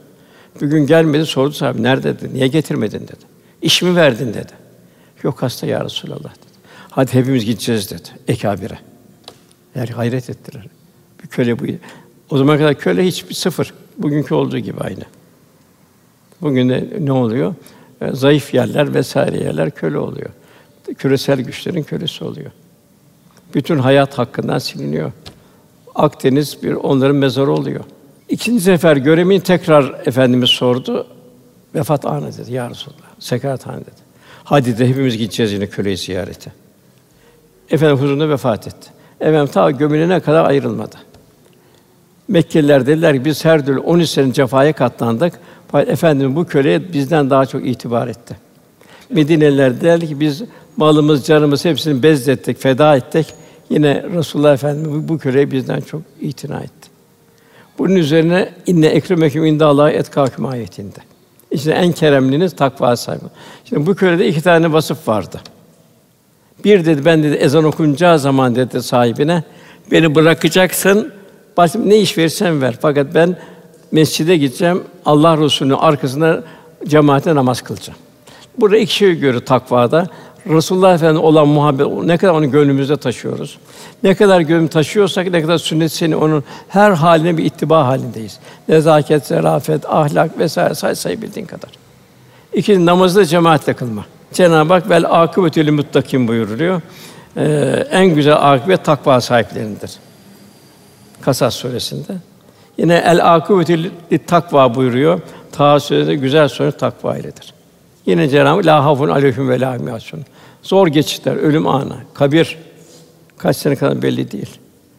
B: Bir gün gelmedi, sordu sahibi, "Nerede?" dedi. "Niye getirmedin?" dedi. "İş mi verdin?" dedi. "Yok, hasta ya Resulallah." dedi. "Hadi hepimiz gideceğiz." dedi ekâbire. Yani hayret ettiler. Bir köle bu. O zamana kadar köle hiçbir sıfır. Bugünkü olduğu gibi aynı. Bugün de ne oluyor? Zayıf yerler vesaire yerler köle oluyor. Küresel güçlerin kölesi oluyor. Bütün hayat hakkından siliniyor. Akdeniz bir onların mezarı oluyor. İkinci sefer göremeyin, tekrar Efendimiz sordu. Vefat anı dedi ya Resulallah. Sekarat anı dedi. "Hadi de hepimiz gideceğiz yine köleyi ziyarete." Efendimiz huzurunda vefat etti. Efendim ta gömülene kadar ayrılmadı. Mekkeliler dediler ki biz her türlü 13 sene cefaya katlandık. Fakat Efendimiz bu köleye bizden daha çok itibar etti. Medineliler dediler ki biz malımız, canımız hepsini bezlettik, feda ettik. Yine Resulullah Efendimiz bu köleye bizden çok itina etti. Bunun üzerine inne ekremekum indallahi etkâkum ayetinde. İşte en keremliniz takva sahibi. Şimdi bu kölede 2 tane vasıf vardı. Bir dedi, ben dedi ezan okunacağı zaman dedi sahibine, beni bırakacaksın, başka ne iş verirsen ver. Fakat ben mescide gideceğim, Allah Resulü'nün arkasında cemaate namaz kılacağım. Burada 2 şey görüyor takvada. Resulullah Efendimiz olan muhabbet, ne kadar onu gönlümüzde taşıyoruz. Ne kadar gönlümüzde taşıyorsak, ne kadar sünnet-i onun her haline bir ittiba halindeyiz. Nezaket, zarafet, ahlak vesaire sayabildiğin kadar. 2. Namazı da cemaatle kılma. Cenab-ı Hak vel âkıbetü lil muttaqîn buyuruyor. En güzel akıbet takva sahiplerindir. Kasas suresinde. Yine el âkıbetü lit takva buyuruyor. Taha suresinde güzel sonuç takva iledir. Yine Cenab-ı Hak lâ hafun aleyhim ve lâ hum yahzunûn. Zor geçişler, ölüm anı, kabir kaç sene kadar belli değil.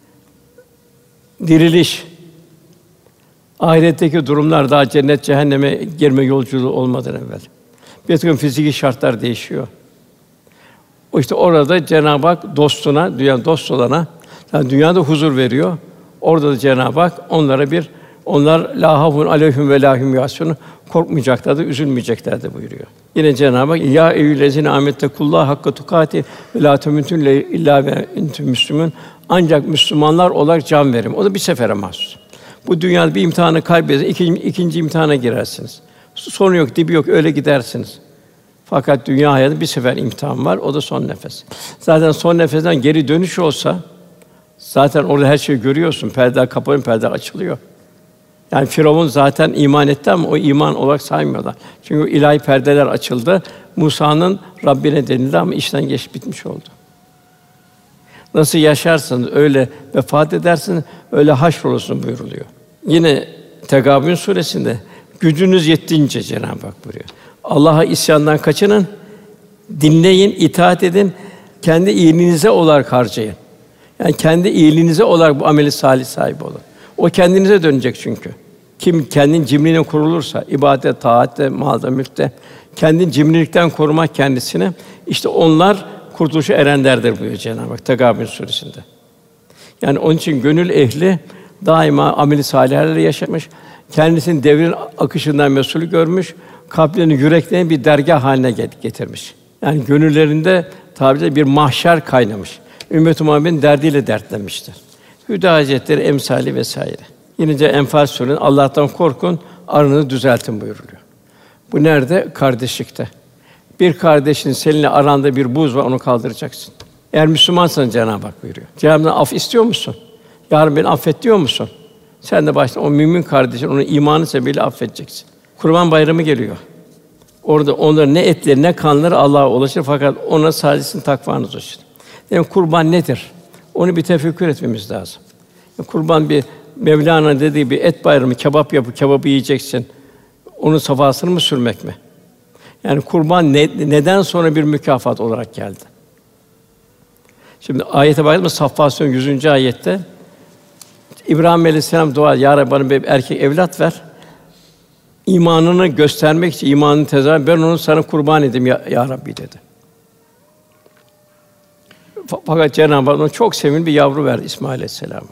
B: Diriliş, ahiretteki durumlar daha cennet cehenneme girme yolculuğu olmadan evvel. Bir takım fiziki şartlar değişiyor. O işte orada Cenab-ı Hak dostuna, dünya dost olana, yani dünyada huzur veriyor. Orada da Cenab-ı Hak onlar lâ hafun aleyhim ve lâ hum yahzunûn, korkmayacaklardır, üzülmeyeceklerdir buyuruyor. Yine Cenab-ı Hak ya eyyühellezîne âmettekullah hakka tukâti ve lâ temûtunne illâ ve entüm müslümûn. Ancak Müslümanlar olarak can verin. O da bir sefere mahsus. Bu dünyada bir imtihanı kaybedersiniz, ikinci imtihana girersiniz. Sonu yok, dibi yok, öyle gidersiniz. Fakat dünya hayatında bir sefer imtihan var, o da son nefes. Zaten son nefesten geri dönüş olsa, zaten orada her şeyi görüyorsun, perdeler kapanıyor, perdeler açılıyor. Yani Firavun zaten iman etti ama o iman olarak saymıyorlar. Çünkü ilahi perdeler açıldı. Musa'nın Rabbine denildi ama işten geçip bitmiş oldu. Nasıl yaşarsınız öyle vefat edersiniz, öyle haşrolursun buyuruluyor. Yine Tegâbün suresinde gücünüz yettiğince Cenab-ı Hak buyuruyor. Allah'a isyandan kaçının, dinleyin, itaat edin, kendi iyiliğinize olarak harcayın. Yani kendi iyiliğinize olarak bu ameli salih sahibi olun. O kendinize dönecek çünkü. Kim kendin cimriliğine kurulursa, ibadet, taatte, malda, mülkte, kendin cimrilikten korumak kendisini, işte onlar kurtuluşa erenlerdir buyuruyor Cenab-ı Hak Tegâbün suresinde. Yani onun için gönül ehli daima ameli salihlerle yaşamış, kendisini devrin akışından mesul görmüş, kalplerini, yüreklerini bir dergâh haline getirmiş. Yani gönüllerinde tabirle bir mahşer kaynamış. Ümmet-i Muhammed'in derdiyle dertlenmiştir. Hüdâ Hazretleri emsali vesaire. Yine de Enfâl Sûresinde Allah'tan korkun, aranızı düzeltin buyuruluyor. Bu nerede? Kardeşlikte. Bir kardeşin seninle aranda bir buz var, onu kaldıracaksın. Eğer Müslümansan Cenab-ı Hak buyuruyor. Cenab-ı Hak af istiyor musun? Ya Rabbi beni affet diyor musun? Sen de başta o mümin kardeşin, onun imanı sebebiyle affedeceksin. Kurban Bayramı geliyor. Orada onların ne etleri ne kanları Allah'a ulaşır fakat ona sadece sizin takvanız ulaşır. Yani kurban nedir? Onu bir tefekkür etmemiz lazım. Kurban bir Mevlana dediği bir et bayramı, kebap yapıp kebabı yiyeceksin. Onun safhasını mı sürmek mi? Yani kurban neden sonra bir mükafat olarak geldi? Şimdi ayete baktığımızda Saffât Sûresi 100. ayette İbrahim Aleyhisselam dua, ya Rabbi bana bir erkek evlat ver. İmanını göstermek için, imanını tezahür, ben onu sana kurban edeyim ya Rabbi dedi. Fakat Cenab-ı Hak ona çok sevimli bir yavru verdi İsmail Aleyhisselam'a.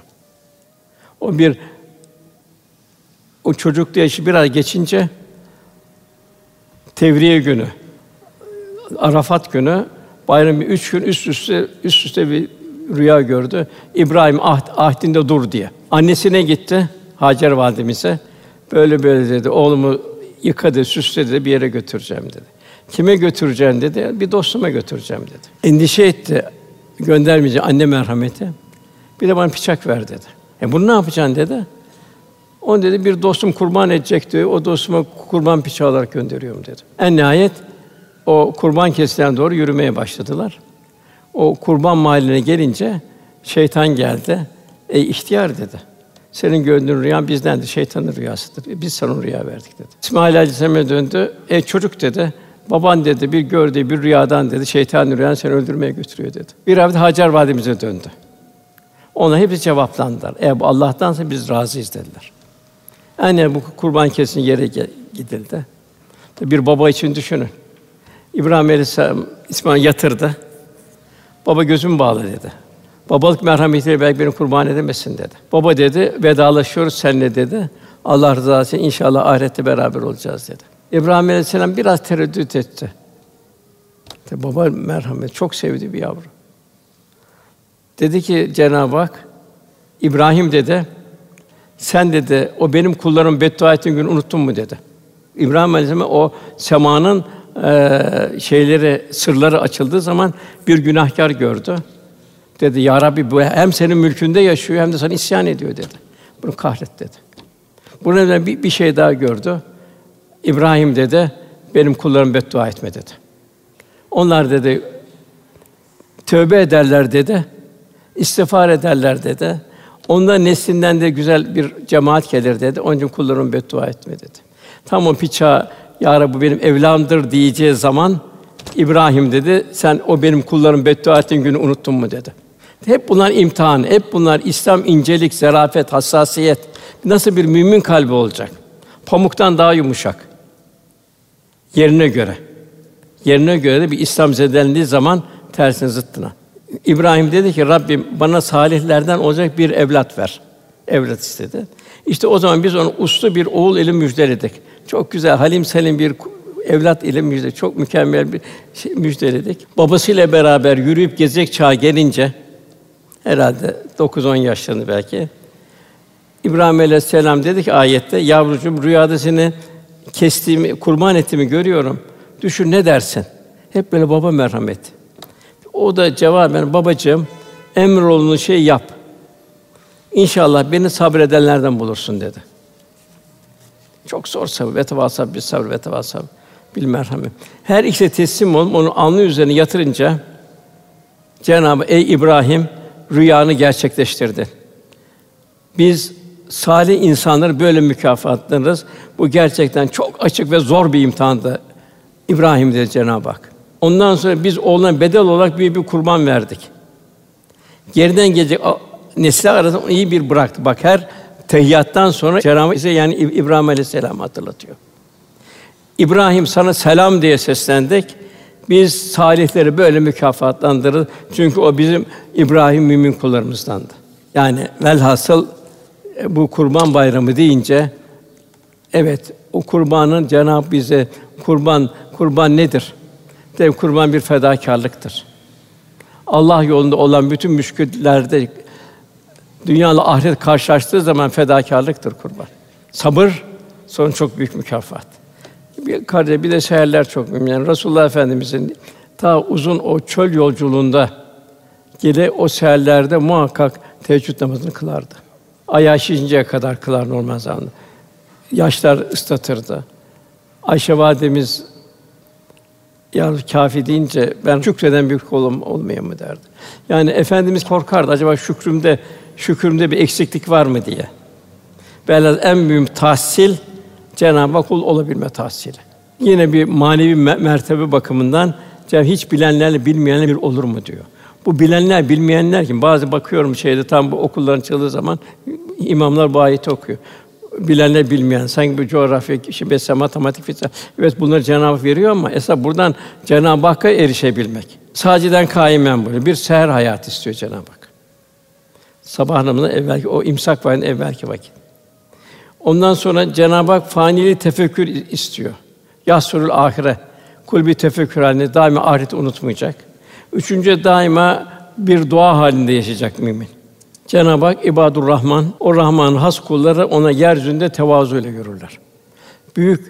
B: O çocukluğu yaşı bir ay geçince Tevriye günü, Arafat günü, bayramı 3 gün üst üste bir rüya gördü. İbrahim ahdinde dur diye. Annesine gitti, Hacer validemize. Böyle dedi, oğlumu yıkadı, süsledi, bir yere götüreceğim dedi. Kime götüreceğim dedi. Bir dostuma götüreceğim dedi. Endişe etti. Göndermeyeceğim, anne merhameti. Bir de bana bıçak ver dedi. Bunu ne yapacaksın dedi. Onu dedi bir dostum kurban edecekti. O dostuma kurban bıçağı olarak gönderiyorum dedi. En nihayet o kurban kesilen doğru yürümeye başladılar. O kurban mahalline gelince şeytan geldi. Ey ihtiyar dedi. Senin gördüğün rüyan bizdendir, şeytanın rüyasıdır. Biz sana rüya verdik dedi. İsmail Aleyhisselam'a döndü. Ey çocuk dedi. Baban dedi bir gördüğü bir rüyadan dedi şeytanın rüyan seni öldürmeye götürüyor dedi. Bir hafta Hacer validemize döndü. Ona hepsi cevaplandılar. Eğer bu Allah'tansa biz razıyız dediler. Yani bu kurban kesin yere gidildi. Bir baba için düşünün. İbrahim Aleyhisselam İsmail yatırdı. Baba gözümü bağla dedi. Babalık merhametiyle belki beni kurban edemezsin dedi. Baba dedi vedalaşıyoruz seninle dedi. Allah rızası için inşallah ahirette beraber olacağız dedi. İbrahim Aleyhisselam biraz tereddüt etti. Baba merhamet çok sevdi bir yavru. Dedi ki Cenab-ı Hak İbrahim dedi sen dedi o benim kullarım beddua ettiğin günü unuttun mu dedi. İbrahim Aleyhisselam o semanın sırları açıldığı zaman bir günahkar gördü. Dedi ya Rabbi bu hem senin mülkünde yaşıyor hem de sana isyan ediyor dedi. Bunu kahret dedi. Bu nedenle bir şey daha gördü. İbrahim dedi benim kullarım beddua etme dedi. Onlar dedi tövbe ederler dedi. İstiğfar ederler dedi. Onların neslinden de güzel bir cemaat gelir dedi. Onun için kullarım beddua etme dedi. Tam o bıçağı ya Rabbi bu benim evlamdır diyeceği zaman İbrahim dedi sen o benim kullarım beddua ettiğin günü unuttun mu dedi. Hep bunlar imtihan, hep bunlar İslam incelik, zarafet, hassasiyet. Nasıl bir mümin kalbi olacak? Pamuktan daha yumuşak. Yerine göre. Yerine göre de bir İslam zedelendiği zaman tersine zıttına. İbrahim dedi ki Rabbim bana salihlerden olacak bir evlat ver. Evlat istedi. İşte o zaman biz onu uslu bir oğul ile müjdeledik. Çok güzel, halim selim bir evlat ile müjde, çok mükemmel bir şey müjdeledik. Babasıyla beraber yürüyüp gezecek çağa gelince herhalde 9-10 yaşlarında belki İbrahim Aleyhisselam dedi ki ayette yavrucuğum rüyada seni kestiğimi, kurban ettiğimi görüyorum. Düşün ne dersin? Hep böyle baba merhameti. O da cevaben babacığım emrolunduğun şeyi yap. İnşallah beni sabredenlerden bulursun dedi. Çok zor sabır. Ve tevasab bis sabr ve tevasab bil merhamet. Her ikisi teslim olup onu alnı üzerine yatırınca Cenab-ı ey İbrahim rüyanı gerçekleştirdi. Biz salih insanları böyle mükafatlarız. Bu gerçekten çok açık ve zor bir imtihandı. İbrahim dedi Cenab-ı Hak. Ondan sonra biz oğluna bedel olarak büyük bir kurban verdik. Geriden gelecek nesiller arasında iyi bir bıraktı. Bak her tehiyyattan sonra Cenab-ı Hak bize yani İbrahim Aleyhisselam'ı hatırlatıyor. İbrahim sana selam diye seslendik. Biz salihleri böyle mükafatlandırırız. Çünkü o bizim İbrahim mümin kullarımızdandı. Yani velhasıl bu Kurban Bayramı deyince evet o kurbanın Cenab-ı bize kurban nedir? Tabii kurban bir fedakârlıktır. Allah yolunda olan bütün müşküllerde dünyayla ahiret karşılaştığı zaman fedakârlıktır kurban. Sabır sonra çok büyük mükafat. Bir de seherler çok mühim. Yani Resulullah Efendimizin ta uzun o çöl yolculuğunda gele o seherlerde muhakkak teheccüd namazını kılardı. Ayağı şişinceye kadar kılar normal zamanda. Yaşlar ıslatırdı. Ayşe validemiz ya kâfi deyince ben şükreden bir kulum olmayayım mı derdi. Yani efendimiz korkardı acaba şükrümde bir eksiklik var mı diye. Velhâsıl en büyük tahsil Cenab-ı Hak kul olabilme tahsili. Yine bir manevi mertebe bakımından hiç bilenlerle bilmeyenler bir olur mu diyor. Bu bilenler bilmeyenler kim? Bazı bakıyorum tam bu okulların açıldığı zaman imamlar bu ayeti okuyor. Bilenler bilmeyen, sanki bu coğrafya, matematik, fizik. Evet bunları Cenab-ı Hak veriyor ama esas buradan Cenab-ı Hakk'a erişebilmek. Sâciden kâimen böyle bir seher hayatı istiyor Cenab-ı Hak. Sabah namazından evvelki o imsak vaktinin evvelki vakit. Ondan sonra Cenab-ı Hak faniliği tefekkür istiyor. Yasrul ahire. Kul bir tefekkür halinde daima ahireti unutmayacak. Üçüncü daima bir dua halinde yaşayacak mümin. Cenab-ı Hak İbadur Rahman, o Rahman'ın has kulları ona yeryüzünde tevazu ile görürler. Büyük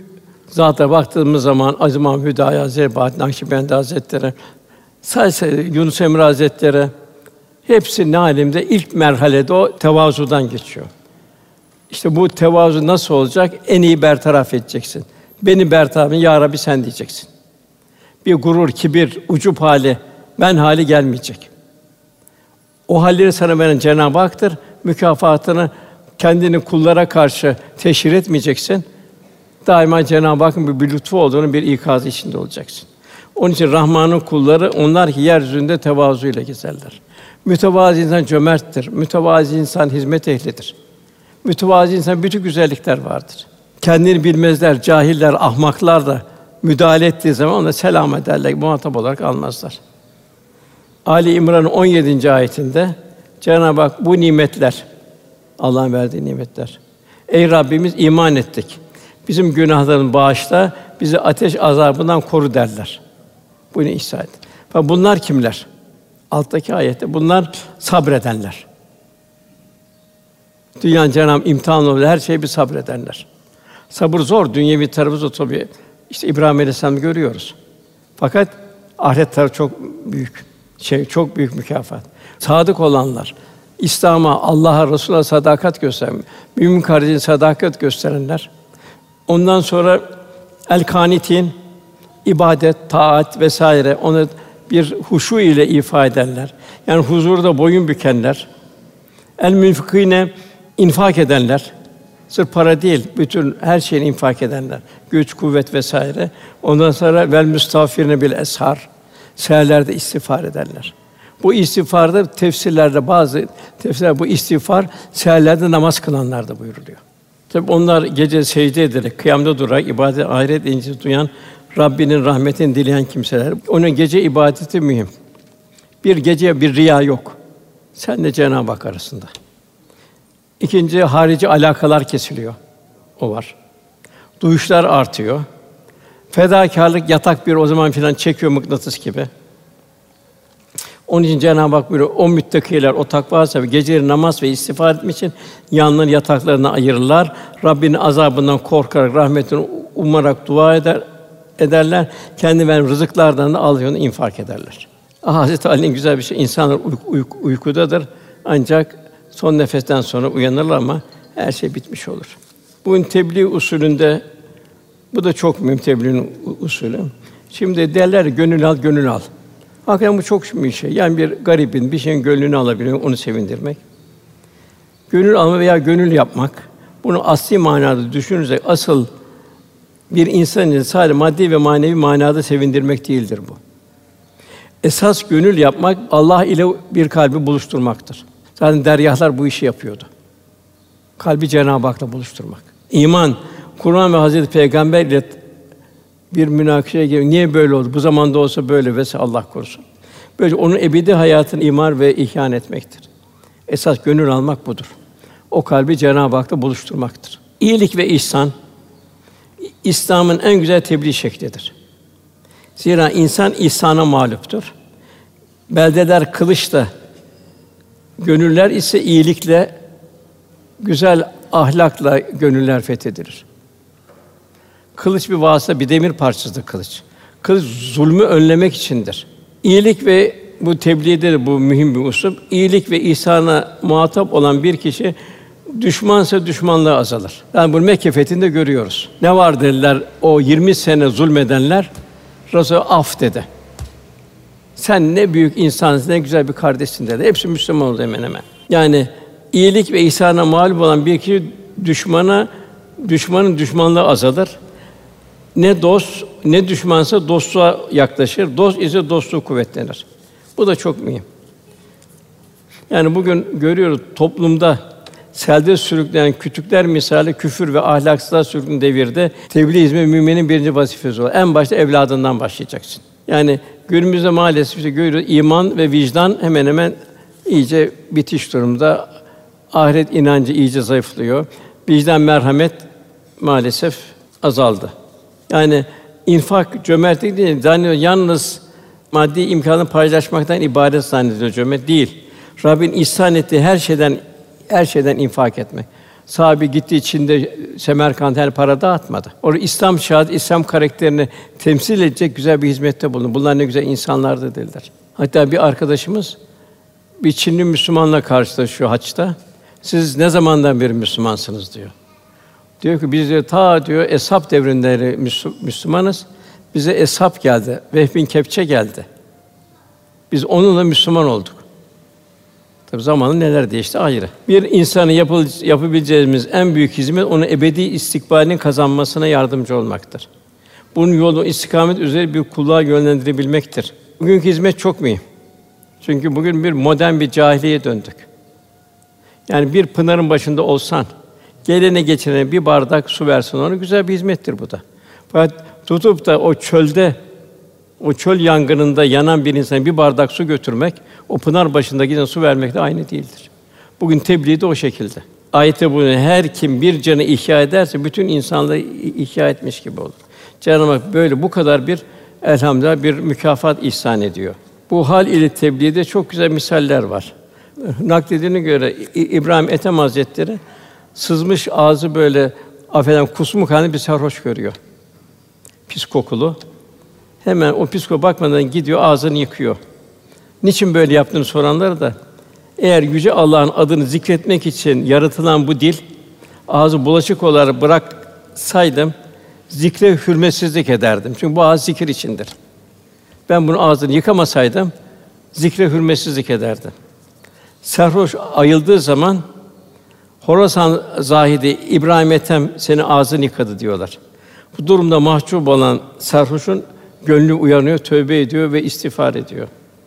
B: Zaten baktığımız zaman Aziz Mahmud Hüdayi Hazretleri, Bahattin Nakşibendi Hazretleri, Yunus Emre Hazretleri hepsi ne alemde ilk merhalede o tevazudan geçiyor. İşte bu tevazu nasıl olacak? En iyi bertaraf edeceksin. Beni bertaraf et, ya Rabbi sen diyeceksin. Bir gurur, kibir, ucup hali, ben hali gelmeyecek. O halleri sana veren Cenab-ı Hak'tır. Mükafatını kendini kullara karşı teşhir etmeyeceksin. Daima Cenab-ı Hakk'ın bir lütfu olduğunu bir ikazı içinde olacaksın. Onun için Rahman'ın kulları onlar ki yeryüzünde tevazuyla gezerler. Mütevazi insan cömerttir. Mütevazi insan hizmet ehlidir. Mütevazi insan bütün güzellikler vardır. Kendini bilmezler, cahiller, ahmaklar da müdahale ettiği zaman ona selam ederler, muhatap olarak almazlar. Ali İmran'ın 17. ayetinde Cenab-ı Hak bu nimetler, Allah'ın verdiği nimetler. Ey Rabbimiz iman ettik. Bizim günahlarını bağışla, bizi ateş azabından koru derler. Bunu ihsan et. Bunlar kimler? Alttaki ayette bunlar sabredenler. Dünyanın Cenab-ı imtihan olur, her şeye bir sabredenler. Sabır zor, dünyevi tarafı zor tabii. İşte İbrahim Aleyhisselam'ı görüyoruz. Fakat ahiret tarafı çok büyük. Çok büyük mükafat. Sadık olanlar, İslam'a, Allah'a, Resûl'a sadakat gösteren, mümin kardeşine sadakat gösterenler. Ondan sonra el-kânitin, ibadet, taat vesaire onu bir huşu ile ifade ederler. Yani huzurda boyun bükenler. El-münfikîne, infak edenler. Sırf para değil, bütün her şeyini infak edenler. Güç, kuvvet vesaire. Ondan sonra vel müstağfirine bil eshar. Seherlerde istiğfar ederler. Bu istiğfarda tefsirlerde bazı tefsirler bu istiğfar seherlerde namaz kılanlarda buyuruluyor. Tabii onlar gece secde ederek kıyamda durarak ibadet ahiret incisi duyan Rabbinin rahmetini dileyen kimseler. Onun gece ibadeti mühim. Bir gece bir riya yok. Sen de Cenab-ı Hak arasında. İkinci harici alakalar kesiliyor. O var. Duyuşlar artıyor. Fedakârlık yatak bir o zaman filan çekiyor mıknatıs gibi. Onun için Cenab-ı Hak buyuruyor, o müttakiler, o takvâ sahibi geceleri namaz ve istiğfar etmek için yanlarını yataklarına ayırırlar. Rabbinin azabından korkarak, rahmetini umarak dua ederler. Kendi veren rızıklardan da alıyor, infak ederler. Hazreti Ali'nin güzel bir şey, insanlar uykudadır. Ancak son nefesten sonra uyanırlar ama her şey bitmiş olur. Bunun tebliğ usulünde, bu da çok mühim tebliğin usulü. Şimdi derler gönül al, gönül al. Hakikaten bu çok mühim bir şey. Yani bir garibin bir şeyin gönlünü alabiliyor, onu sevindirmek. Gönül alma veya gönül yapmak. Bunu asli manada düşünürsek asıl bir insanın sadece maddi ve manevi manada sevindirmek değildir bu. Esas gönül yapmak Allah ile bir kalbi buluşturmaktır. Zaten deryahlar bu işi yapıyordu. Kalbi Cenab-ı Hak'la buluşturmak. İman, Kur'an ve Hazreti Peygamber ile bir münakaşaya giriyor. Niye böyle oldu? Bu zamanda olsa böyle vesaire Allah korusun. Böyle onun ebedi hayatını imar ve ihyan etmektir. Esas gönül almak budur. O kalbi Cenab-ı Hak'la buluşturmaktır. İyilik ve ihsan İslam'ın en güzel tebliğ şeklidir. Zira insan ihsana mağluptur. Beldeler kılıçla, gönüller ise iyilikle, güzel ahlakla gönüller fethedilir. Kılıç bir vasıta, bir demir parçasıdır kılıç. Kılıç zulmü önlemek içindir. İyilik ve bu tebliğde de bu mühim bir usul. İyilik ve ihsana muhatap olan bir kişi düşmansa düşmanlığı azalır. Yani bunu Mekke fethinde görüyoruz. Ne var dediler o 20 sene zulmedenler? Resulullah af dedi. Sen ne büyük insansın, ne güzel bir kardeşsin dedi. Hepsi Müslüman oldu hemen hemen. Yani iyilik ve ihsana mağlup olan bir kişi düşmanın düşmanlığı azalır. Ne dost ne düşmansa dostluğa yaklaşır. Dost ise dostluğu kuvvetlenir. Bu da çok mühim. Yani bugün görüyoruz toplumda selde sürükleyen kütükler misali küfür ve ahlaksızlığa sürüklenen devirde tebliğ hizmeti müminin birinci vazifesi olur. En başta evladından başlayacaksın. Yani günümüzde maalesef işte görüyoruz iman ve vicdan hemen hemen iyice bitiş durumda. Ahiret inancı iyice zayıflıyor. Vicdan, merhamet maalesef azaldı. Yani infak, cömertlik değil, zannediyor yalnız maddi imkânı paylaşmaktan ibaret zannediyor cömert değil. Rabbin ihsan ettiği her şeyden infak etmek. Sahabe gitti Çin'de Semerkant'a her para dağıtmadı. Orada İslam şahit, İslam karakterini temsil edecek güzel bir hizmette bulundu. Bunlar ne güzel insanlardı dediler. Hatta bir arkadaşımız bir Çinli Müslümanla karşılaşıyor haçta. Siz ne zamandan beri Müslümansınız diyor. Diyor ki biz diyor ta diyor Eshab devrinde Müslümanız. Bize Eshab geldi. Vehb bin Kepçe geldi. Biz onunla Müslüman olduk. Tabii zamanla neler değişti ayrı. Bir insanı yapabileceğimiz en büyük hizmet onun ebedi istikbalini kazanmasına yardımcı olmaktır. Bunun yolu istikamet üzere bir kulluğa yönlendirebilmektir. Bugünkü hizmet çok mühim. Çünkü bugün bir modern bir cahiliyeye döndük. Yani bir pınarın başında olsan, gelene geçene bir bardak su versin ona güzel bir hizmettir bu da. Fakat tutup da o çölde, o çöl yangınında yanan bir insana bir bardak su götürmek, o pınar başında giden su vermekle aynı değildir. Bugün tebliğ de o şekilde. Ayette bunu her kim bir canı ihya ederse bütün insanlığı ihya etmiş gibi olur. Cenab-ı Hak böyle bu kadar bir elhamdülillah bir mükafat ihsan ediyor. Bu hal ile tebliğde çok güzel misaller var. Nakledildiğine göre İbrahim Ethem Hazretleri sızmış ağzı böyle kusmuk halinde bir sarhoş görüyor. Pis kokulu. Hemen o pis kokuya bakmadan gidiyor ağzını yıkıyor. Niçin böyle yaptığını soranlara da eğer yüce Allah'ın adını zikretmek için yaratılan bu dil ağzı bulaşık olarak bıraksaydım zikre hürmetsizlik ederdim. Çünkü bu ağız zikir içindir. Ben bunu ağzını yıkamasaydım zikre hürmetsizlik ederdim. Sarhoş ayıldığı zaman Horasan zahidi İbrahim Ethem senin ağzını yıkadı diyorlar. Bu durumda mahcup olan sarhoşun gönlü uyanıyor, tövbe ediyor ve istiğfar ediyor.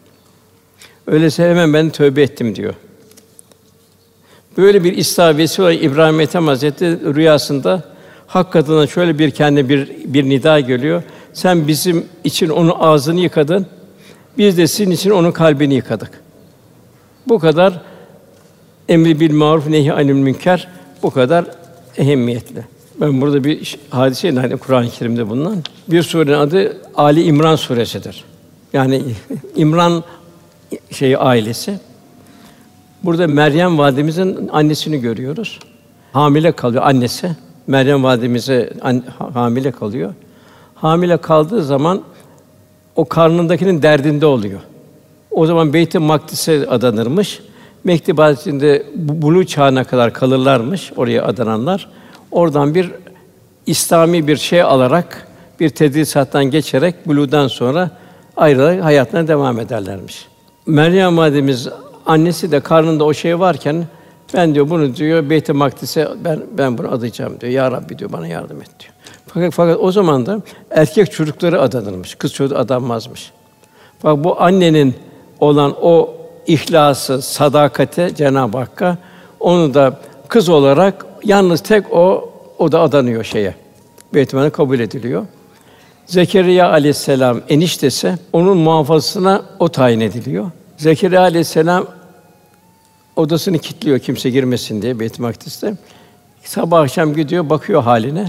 B: Öyleyse hemen ben tövbe ettim diyor. Böyle bir istavesi olan İbrahim Ethem Hazretleri rüyasında hak katından şöyle bir kendine bir nida geliyor. Sen bizim için onun ağzını yıkadın. Biz de sizin için onun kalbini yıkadık. Bu kadar emri bil maruf nehy anil münker bu kadar ehemmiyetli. Ben burada bir hadise hani Kur'an-ı Kerim'de bulunan bir surenin adı Ali İmran suresidir. Yani İmran ailesi. Burada Meryem validemizin annesini görüyoruz. Hamile kalıyor annesi. Meryem validemize hamile kalıyor. Hamile kaldığı zaman o karnındakinin derdinde oluyor. O zaman Beyt-i Makdis'e adanırmış. Mekki Vadisi'nde buluğ çağına kadar kalırlarmış oraya adananlar. Oradan bir İslami bir şey alarak bir tedrisattan geçerek buluğdan sonra ayrılarak hayatlarına devam ederlermiş. Meryem validemiz annesi de karnında o şey varken ben diyor bunu diyor Beyt-i Makdis'e ben bunu adayacağım diyor. Ya Rabbi diyor bana yardım et diyor. Fakat o zaman da erkek çocukları adanırmış. Kız çocuğu adanmazmış. Bak bu annenin olan o ihlası, sadakate Cenab-ı Hakk'a onu da kız olarak yalnız tek o da adanıyor şeye. Beyt-i Makdis'e kabul ediliyor. Zekeriya aleyhisselam eniştesi onun muhafazasına o tayin ediliyor. Zekeriya aleyhisselam odasını kilitliyor kimse girmesin diye Beyt-i Makdis'te. Sabah akşam gidiyor bakıyor haline.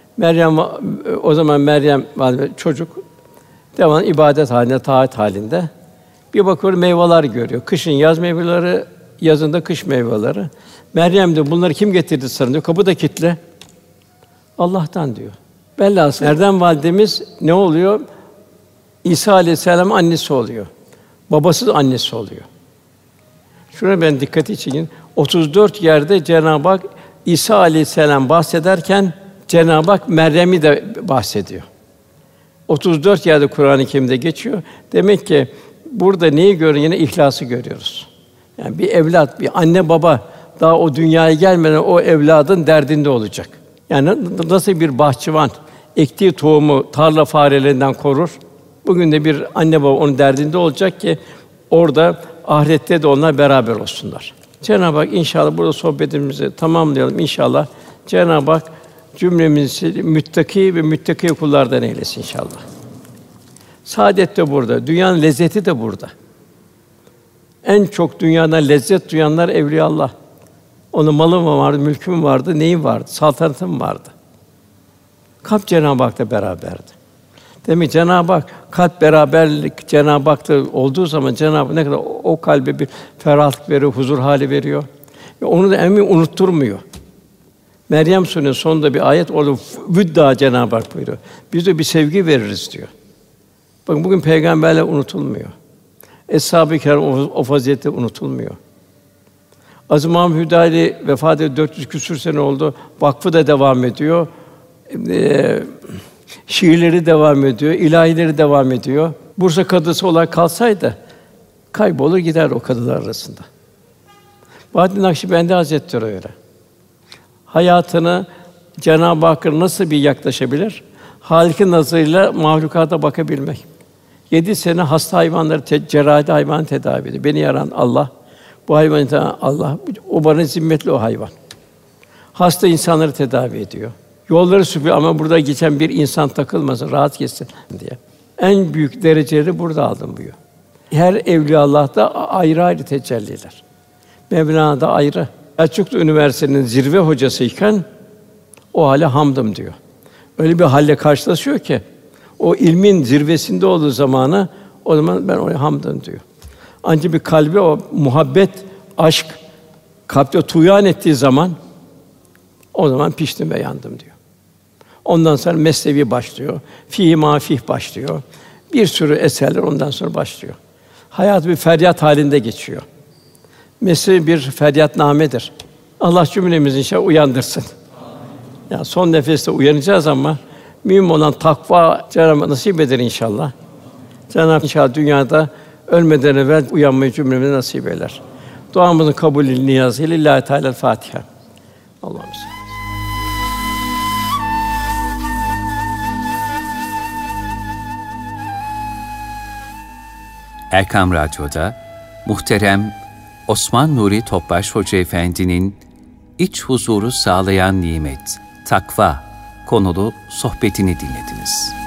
B: O zaman Meryem çocuk devamlı ibadet halinde, taat halinde. Bir bakıyor meyveler görüyor. Kışın yaz meyveleri, yazında kış meyveleri. Meryem de bunları kim getirdi sana diyor. Kapı da kilitli. Allah'tan diyor. Velhâsıl Meryem validemiz ne oluyor? İsa aleyhisselam annesi oluyor. Babası da annesi oluyor. Şuna ben dikkati çekin. 34 yerde Cenab-ı Hak İsa aleyhisselam bahsederken Cenab-ı Hak Meryem'i de bahsediyor. 34 yerde Kur'an-ı Kerim'de geçiyor. Demek ki burada neyi görüyoruz? Yine ihlası görüyoruz. Yani bir evlat, bir anne baba daha o dünyaya gelmeden o evladın derdinde olacak. Yani nasıl bir bahçıvan ektiği tohumu tarla farelerinden korur. Bugün de bir anne baba onun derdinde olacak ki orada ahirette de onlar beraber olsunlar. Cenab-ı Hak inşallah burada sohbetimizi tamamlayalım inşallah. Cenab-ı Hak cümlemizi müttaki ve müttaki kullardan eylesin inşallah. Saadet de burada, dünyanın lezzeti de burada. En çok dünyadan lezzet duyanlar evliyaullah. Onun malı mı vardı, mülkü mü vardı, neyi vardı, saltanatı mı vardı? Kalp Cenab-ı Hak'la beraberdi. Demek Cenab-ı Hak kalp beraberlik Cenab-ı Hak'ta olduğu zaman Cenab-ı Hak ne kadar o kalbe bir ferahlık veriyor, huzur hali veriyor. Ve onu da emin unutturmuyor. Meryem Sûresinin sonunda bir ayet orada vüdda Cenab-ı Hak buyuruyor. Biz de bir sevgi veririz diyor. Bakın bugün peygamberler unutulmuyor. Eshab-ı Kiram o fazilette unutulmuyor. Aziz Mahmud Hüdayi vefat edildi 400 küsur sene oldu. Vakfı da devam ediyor. Şiirleri devam ediyor, ilahileri devam ediyor. Bursa kadısı olarak kalsaydı kaybolur gider o kadılar arasında. Bahattin Nakşibendi Hazretleri öyle. Hayatını Cenab-ı Hakk'a nasıl bir yaklaşabilir? Hâlik'in nazarıyla mahlukata bakabilmek. 7 sene hasta hayvanları cerrahi hayvan tedavi ediyor. Beni yaran Allah, bu hayvanı Allah, o bana zimmetli o hayvan. Hasta insanları tedavi ediyor. Yolları süpürüyor ama burada geçen bir insan takılmasın, rahat geçsin diye. En büyük dereceleri burada aldım buyuruyor. Her evliyaullah'ta ayrı ayrı tecelliler. Mevlana'da ayrı. Selçuklu Üniversitesi'nin zirve hocasıyken o hale hamdım diyor. Öyle bir halle karşılaşıyor ki o ilmin zirvesinde olduğu zamanı o zaman ben oraya hamdım diyor. Ancak bir kalbe o muhabbet, aşk kalpte tuğyan ettiği zaman o zaman piştim ve yandım diyor. Ondan sonra Mesnevi başlıyor. Fî-i mâfih başlıyor. Bir sürü eserler ondan sonra başlıyor. Hayat bir feryat halinde geçiyor. Mesnevi bir feryatnamedir. Allah cümlemizi inşallah uyandırsın. Ya son nefeste uyanacağız ama mühim olan takva Cenab-ı nasip eder inşallah. Cenab-ı Hak inşallah dünyada ölmeden evvel uyanmayı cümlemize nasip eder. Duamızın kabulü niyazıyla Lillahi Teala Fatiha. Allah'ım.
A: Erkam Radyo'da muhterem Osman Nuri Topbaş Hoca Efendi'nin iç huzuru sağlayan nimet, takva konulu sohbetini dinlediniz.